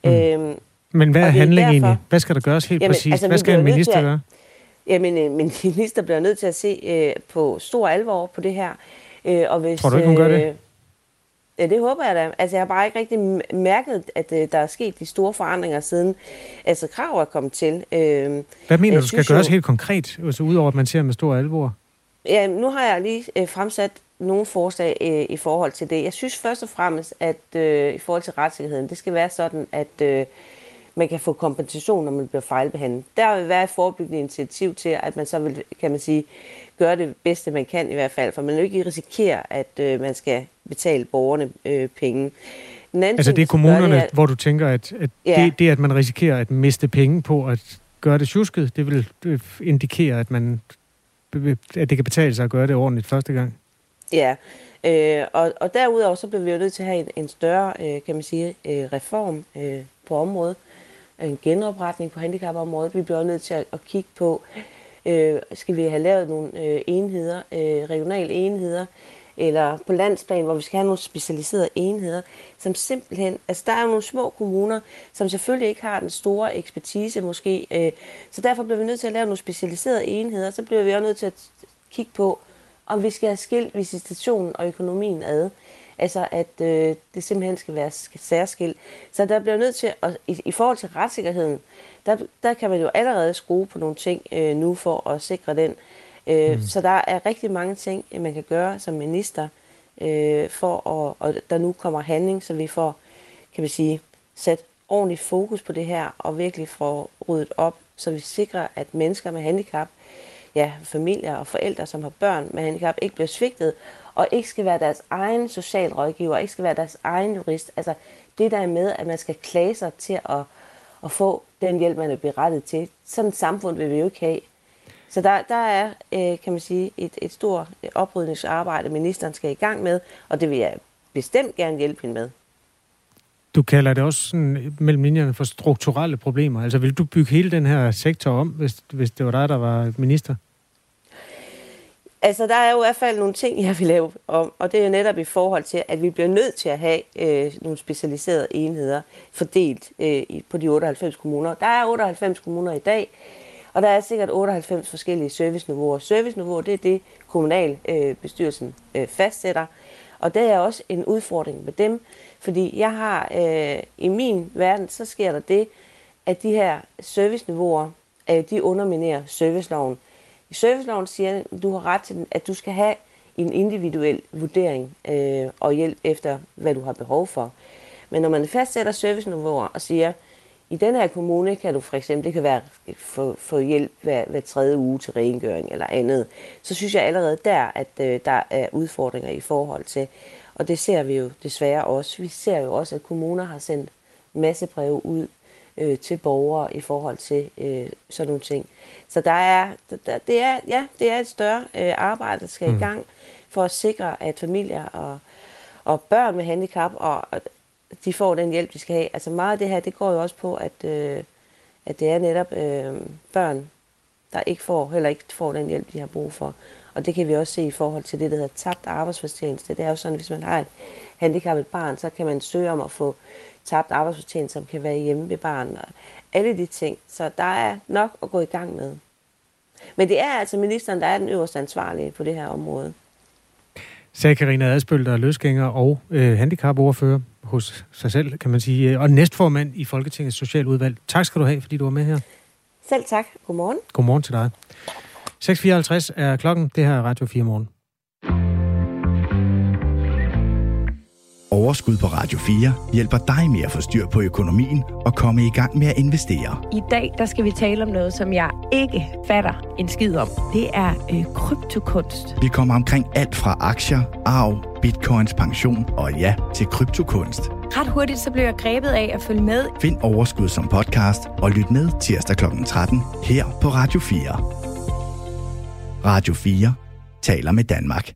Men hvad er handling egentlig? Hvad skal der gøres helt præcis? Altså, hvad skal en minister gøre? Jamen, en minister bliver nødt til at se på stor alvor på det her. Og hvis, tror du ikke, hun gør det? Ja, det håber jeg da. Altså, jeg har bare ikke rigtig mærket, at der er sket de store forandringer siden Krav er kommet til. Hvad mener du skal gøres helt konkret, altså udover at man ser med stor alvor? Ja, nu har jeg lige fremsat nogle forslag i forhold til det. Jeg synes først og fremmest, at i forhold til retssikkerheden, det skal være sådan, at man kan få kompensation, når man bliver fejlbehandlet. Der vil være et forebyggende initiativ til, at man så vil, kan man sige, gøre det bedste, man kan i hvert fald, for man vil ikke risikere, at man skal betale borgerne penge. Altså det er kommunerne, hvor du tænker, at det, at man risikerer at miste penge på at gøre det sjusket, det vil indikere, at det kan betale sig at gøre det ordentligt første gang? Ja, og derudover så bliver vi jo nødt til at have en større, kan man sige, reform på området. En genopretning på handicapområdet. Vi bliver nødt til at kigge på, skal vi have lavet nogle enheder, regionale enheder, eller på landsplan, hvor vi skal have nogle specialiserede enheder, som simpelthen, altså der er jo nogle små kommuner, som selvfølgelig ikke har den store ekspertise måske, så derfor bliver vi nødt til at lave nogle specialiserede enheder, så bliver vi også nødt til at kigge på, om vi skal have skilt visitationen og økonomien ad. Altså at det simpelthen skal være særskilt. Så der bliver nødt til, i forhold til retssikkerheden, der kan man jo allerede skrue på nogle ting nu for at sikre den. Så der er rigtig mange ting, man kan gøre som minister, for at der nu kommer handling, så vi får, kan vi sige, sat ordentligt fokus på det her, og virkelig får ryddet op, så vi sikrer, at mennesker med handicap, familier og forældre, som har børn med handicap, ikke bliver svigtet, og ikke skal være deres egen socialrådgiver, ikke skal være deres egen jurist. Altså det der er med, at man skal klage sig til at få den hjælp, man er berettiget til. Sådan et samfund vil vi jo ikke have. Så der er, kan man sige, et stort oprydningsarbejde, ministeren skal i gang med, og det vil jeg bestemt gerne hjælpe hende med. Du kalder det også sådan, mellem linjerne for strukturelle problemer. Altså vil du bygge hele den her sektor om, hvis det var dig, der var minister? Altså, der er jo i hvert fald nogle ting, jeg vil lave om, og det er jo netop i forhold til, at vi bliver nødt til at have nogle specialiserede enheder fordelt på de 98 kommuner. Der er 98 kommuner i dag, og der er sikkert 98 forskellige serviceniveauer. Serviceniveauer, det er det, kommunalbestyrelsen fastsætter, og det er også en udfordring med dem, fordi jeg har i min verden, så sker der det, at de her serviceniveauer, de underminerer serviceloven. I serviceloven siger, at du har ret til, at du skal have en individuel vurdering og hjælp efter, hvad du har behov for. Men når man fastsætter serviceniveauer og siger, i den her kommune kan du for eksempel, det kan være få hjælp hver 3. uge til rengøring eller andet, så synes jeg allerede der, at der er udfordringer i forhold til, og det ser vi jo desværre også. Vi ser jo også, at kommuner har sendt masse breve ud til borgere i forhold til sådan nogle ting. Så det er et større arbejde, der skal i gang for at sikre, at familier og børn med handicap, og de får den hjælp, de skal have. Altså meget af det her, det går jo også på, at det er netop børn, der ikke får den hjælp, de har brug for. Og det kan vi også se i forhold til det, der hedder tabt arbejdsfortjeneste. Det er jo sådan, hvis man har et handicappet barn, så kan man søge om at få tabt arbejdsfortjeneste, som kan være hjemme ved barnet. Og alle de ting. Så der er nok at gå i gang med. Men det er altså ministeren, der er den øverste ansvarlige på det her område. Sagde Karina Adsbøl, der er løsgænger og handicapordfører hos sig selv, kan man sige, og næstformand i Folketingets Socialudvalg. Tak skal du have, fordi du var med her. Selv tak. Godmorgen. Godmorgen til dig. 6:54 er klokken. Det her er Radio 4 Morgen. Overskud på Radio 4 hjælper dig med at få styr på økonomien og komme i gang med at investere. I dag der skal vi tale om noget, som jeg ikke fatter en skid om. Det er kryptokunst. Vi kommer omkring alt fra aktier, arv, bitcoins, pension og ja, til kryptokunst. Ret hurtigt så blev jeg grebet af at følge med. Find Overskud som podcast og lyt med tirsdag kl. 13 her på Radio 4. Radio 4 taler med Danmark.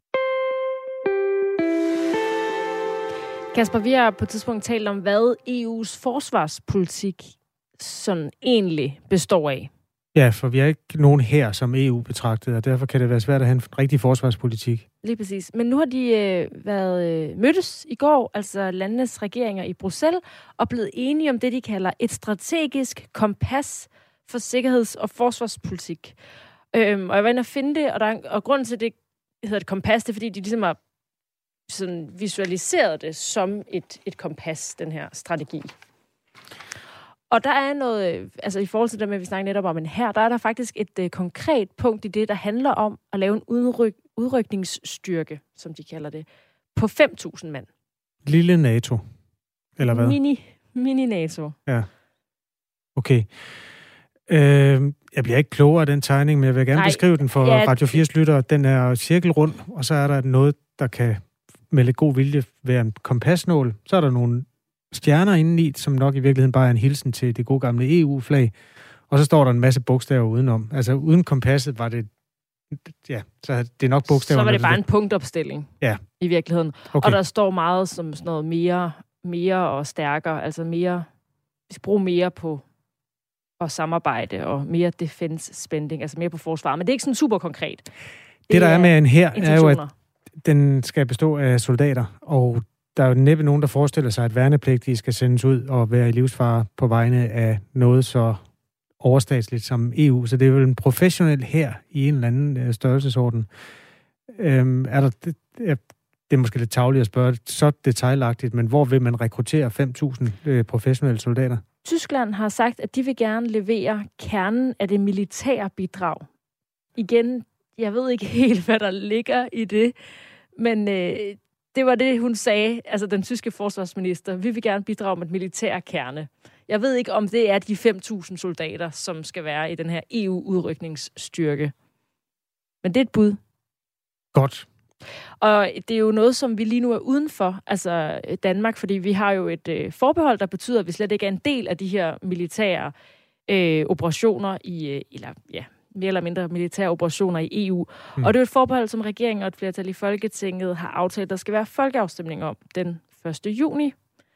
Kasper, vi har på et tidspunkt talt om, hvad EU's forsvarspolitik sådan egentlig består af. Ja, for vi er ikke nogen her som EU betragtet, og derfor kan det være svært at have en rigtig forsvarspolitik. Lige præcis. Men nu har de været mødtes i går, altså landenes regeringer i Bruxelles, og blevet enige om det, de kalder et strategisk kompas for sikkerheds- og forsvarspolitik. Og jeg var inde og finde det, og grunden til det hedder et kompas, det er, fordi de ligesom har sådan visualiseret det som et kompas, den her strategi. Og der er noget, altså i forhold til det med, at vi snakker netop om en hær, der er der faktisk et konkret punkt i det, der handler om at lave en udrykningsstyrke, som de kalder det, på 5.000 mand. Lille NATO, eller hvad? Mini-NATO. Ja. Okay. Jeg bliver ikke klogere af den tegning, men jeg vil gerne beskrive den for Radio 4's lyttere. Den er cirkelrund, og så er der noget, der kan med lidt god vilje være en kompasnål. Så er der nogle stjerner indeni, som nok i virkeligheden bare er en hilsen til det gode gamle EU-flag. Og så står der en masse bogstaver udenom. Altså uden kompasset var det... Ja, så det er nok bogstaver. Så var det bare en punktopstilling i virkeligheden. Okay. Og der står meget som sådan noget mere og stærkere. Altså mere... Vi skal bruge mere på at samarbejde og mere defense spending, altså mere på forsvar. Men det er ikke sådan super konkret. Det der er med en hær, er jo, at den skal bestå af soldater, og der er jo næppe nogen, der forestiller sig, at værnepligtige skal sendes ud og være i livsfare på vegne af noget så overstatsligt som EU. Så det er jo en professionel hær i en eller anden størrelsesorden. Det er måske lidt tarveligt at spørge så detaljagtigt, men hvor vil man rekruttere 5.000 professionelle soldater? Tyskland har sagt, at de vil gerne levere kernen af det militære bidrag. Igen, jeg ved ikke helt, hvad der ligger i det, men det var det, hun sagde, altså den tyske forsvarsminister. Vi vil gerne bidrage med et militær kerne. Jeg ved ikke, om det er de 5.000 soldater, som skal være i den her EU-udrykningsstyrke. Men det er et bud. Godt. Og det er jo noget, som vi lige nu er udenfor, altså Danmark, fordi vi har jo et forbehold, der betyder, at vi slet ikke er en del af de her militære operationer mere eller mindre militære operationer i EU. Og det er et forbehold, som regeringen og et flertal i Folketinget har aftalt, der skal være folkeafstemning om den 1. juni.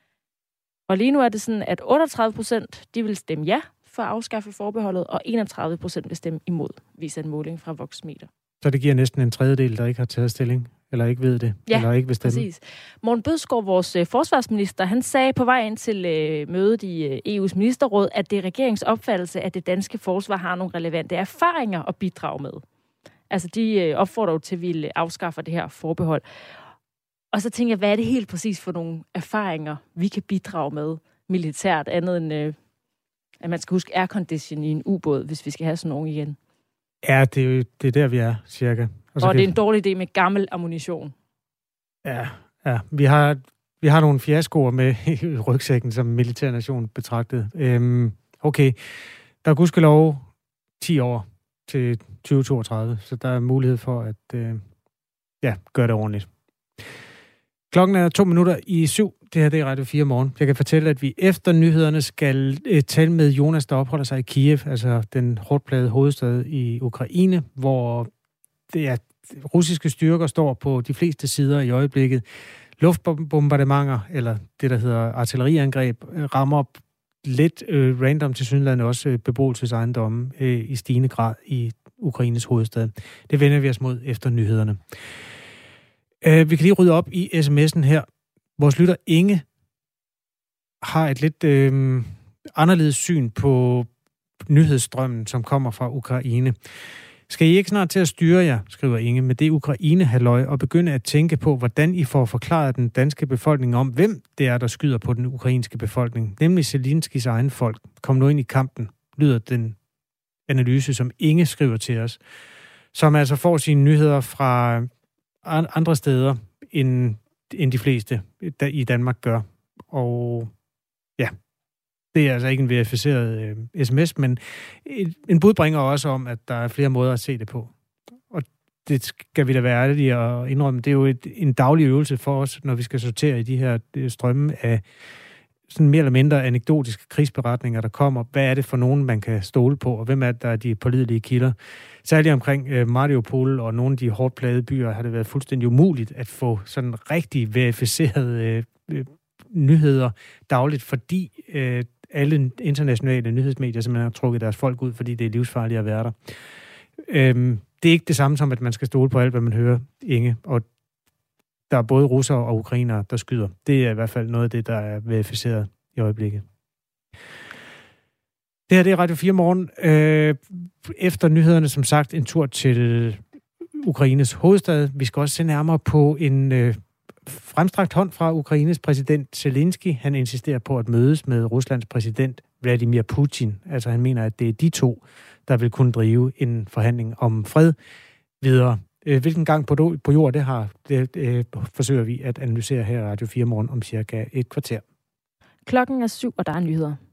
Og lige nu er det sådan, at 38% de vil stemme ja for at afskaffe forbeholdet, og 31% vil stemme imod, viser en måling fra Voxmeter. Så det giver næsten en tredjedel, der ikke har taget stilling, eller ikke ved det, eller ikke vil stemme. Præcis. Morten Bødskov, vores forsvarsminister, han sagde på vej ind til mødet i EU's ministerråd, at det er regeringens opfattelse, at det danske forsvar har nogle relevante erfaringer at bidrage med. Altså, de opfordrer jo til, at vi afskaffer det her forbehold. Og så tænker jeg, hvad er det helt præcis for nogle erfaringer, vi kan bidrage med militært, andet end, at man skal huske aircondition i en ubåd, hvis vi skal have sådan nogle igen. Ja, det er der, vi er, cirka. Og det er en dårlig idé med gammel ammunition. Ja. Vi har nogle fiaskoer med i rygsækken, som militærnation betragtet. Okay, der er gudskelov 10 år til 2032, så der er mulighed for at gøre det ordentligt. Klokken er 6:02. Det her det er Radio 4 morgen. Jeg kan fortælle, at vi efter nyhederne skal tale med Jonas, der opholder sig i Kiev, altså den hårdtplagede hovedstad i Ukraine, hvor russiske styrker står på de fleste sider i øjeblikket. Luftbombardementer, eller det, der hedder artilleriangreb, rammer lidt random tilsyneladende også beboelsesejendomme i stigende grad i Ukraines hovedstad. Det vender vi os mod efter nyhederne. Vi kan lige rydde op i sms'en her. Vores lytter Inge har et lidt anderledes syn på nyhedsstrømmen, som kommer fra Ukraine. Skal I ikke snart til at styre jer, skriver Inge, med det Ukraine-halløj og begynde at tænke på, hvordan I får forklaret den danske befolkning om, hvem det er, der skyder på den ukrainske befolkning, nemlig Zelenskyjs egen folk. Kom nu ind i kampen, lyder den analyse, som Inge skriver til os, som altså får sine nyheder fra andre steder, end de fleste i Danmark gør. Og ja, det er altså ikke en verificeret sms, men en budbringer også om, at der er flere måder at se det på. Og det skal vi da være ærlige og indrømme. Det er jo en daglig øvelse for os, når vi skal sortere i de her strømme af sådan mere eller mindre anekdotiske krigsberetninger, der kommer. Hvad er det for nogen, man kan stole på, og hvem er der de pålidelige kilder? Særligt omkring Mariupol og nogle af de hårdt plagede byer har det været fuldstændig umuligt at få sådan rigtig verificerede nyheder dagligt, fordi alle internationale nyhedsmedier simpelthen har trukket deres folk ud, fordi det er livsfarligt at være der. Det er ikke det samme som, at man skal stole på alt, hvad man hører, Inge, og der er både russere og ukrainere, der skyder. Det er i hvert fald noget af det, der er verificeret i øjeblikket. Det her det er Radio 4 morgen. Efter nyhederne, som sagt, en tur til Ukraines hovedstad. Vi skal også se nærmere på en fremstrakt hånd fra Ukraines præsident Zelensky. Han insisterer på at mødes med Ruslands præsident Vladimir Putin. Altså han mener, at det er de to, der vil kunne drive en forhandling om fred videre. Hvilken gang på jord det forsøger vi at analysere her i Radio 4 morgen om cirka et kvarter. Klokken er 7, og der er nyheder.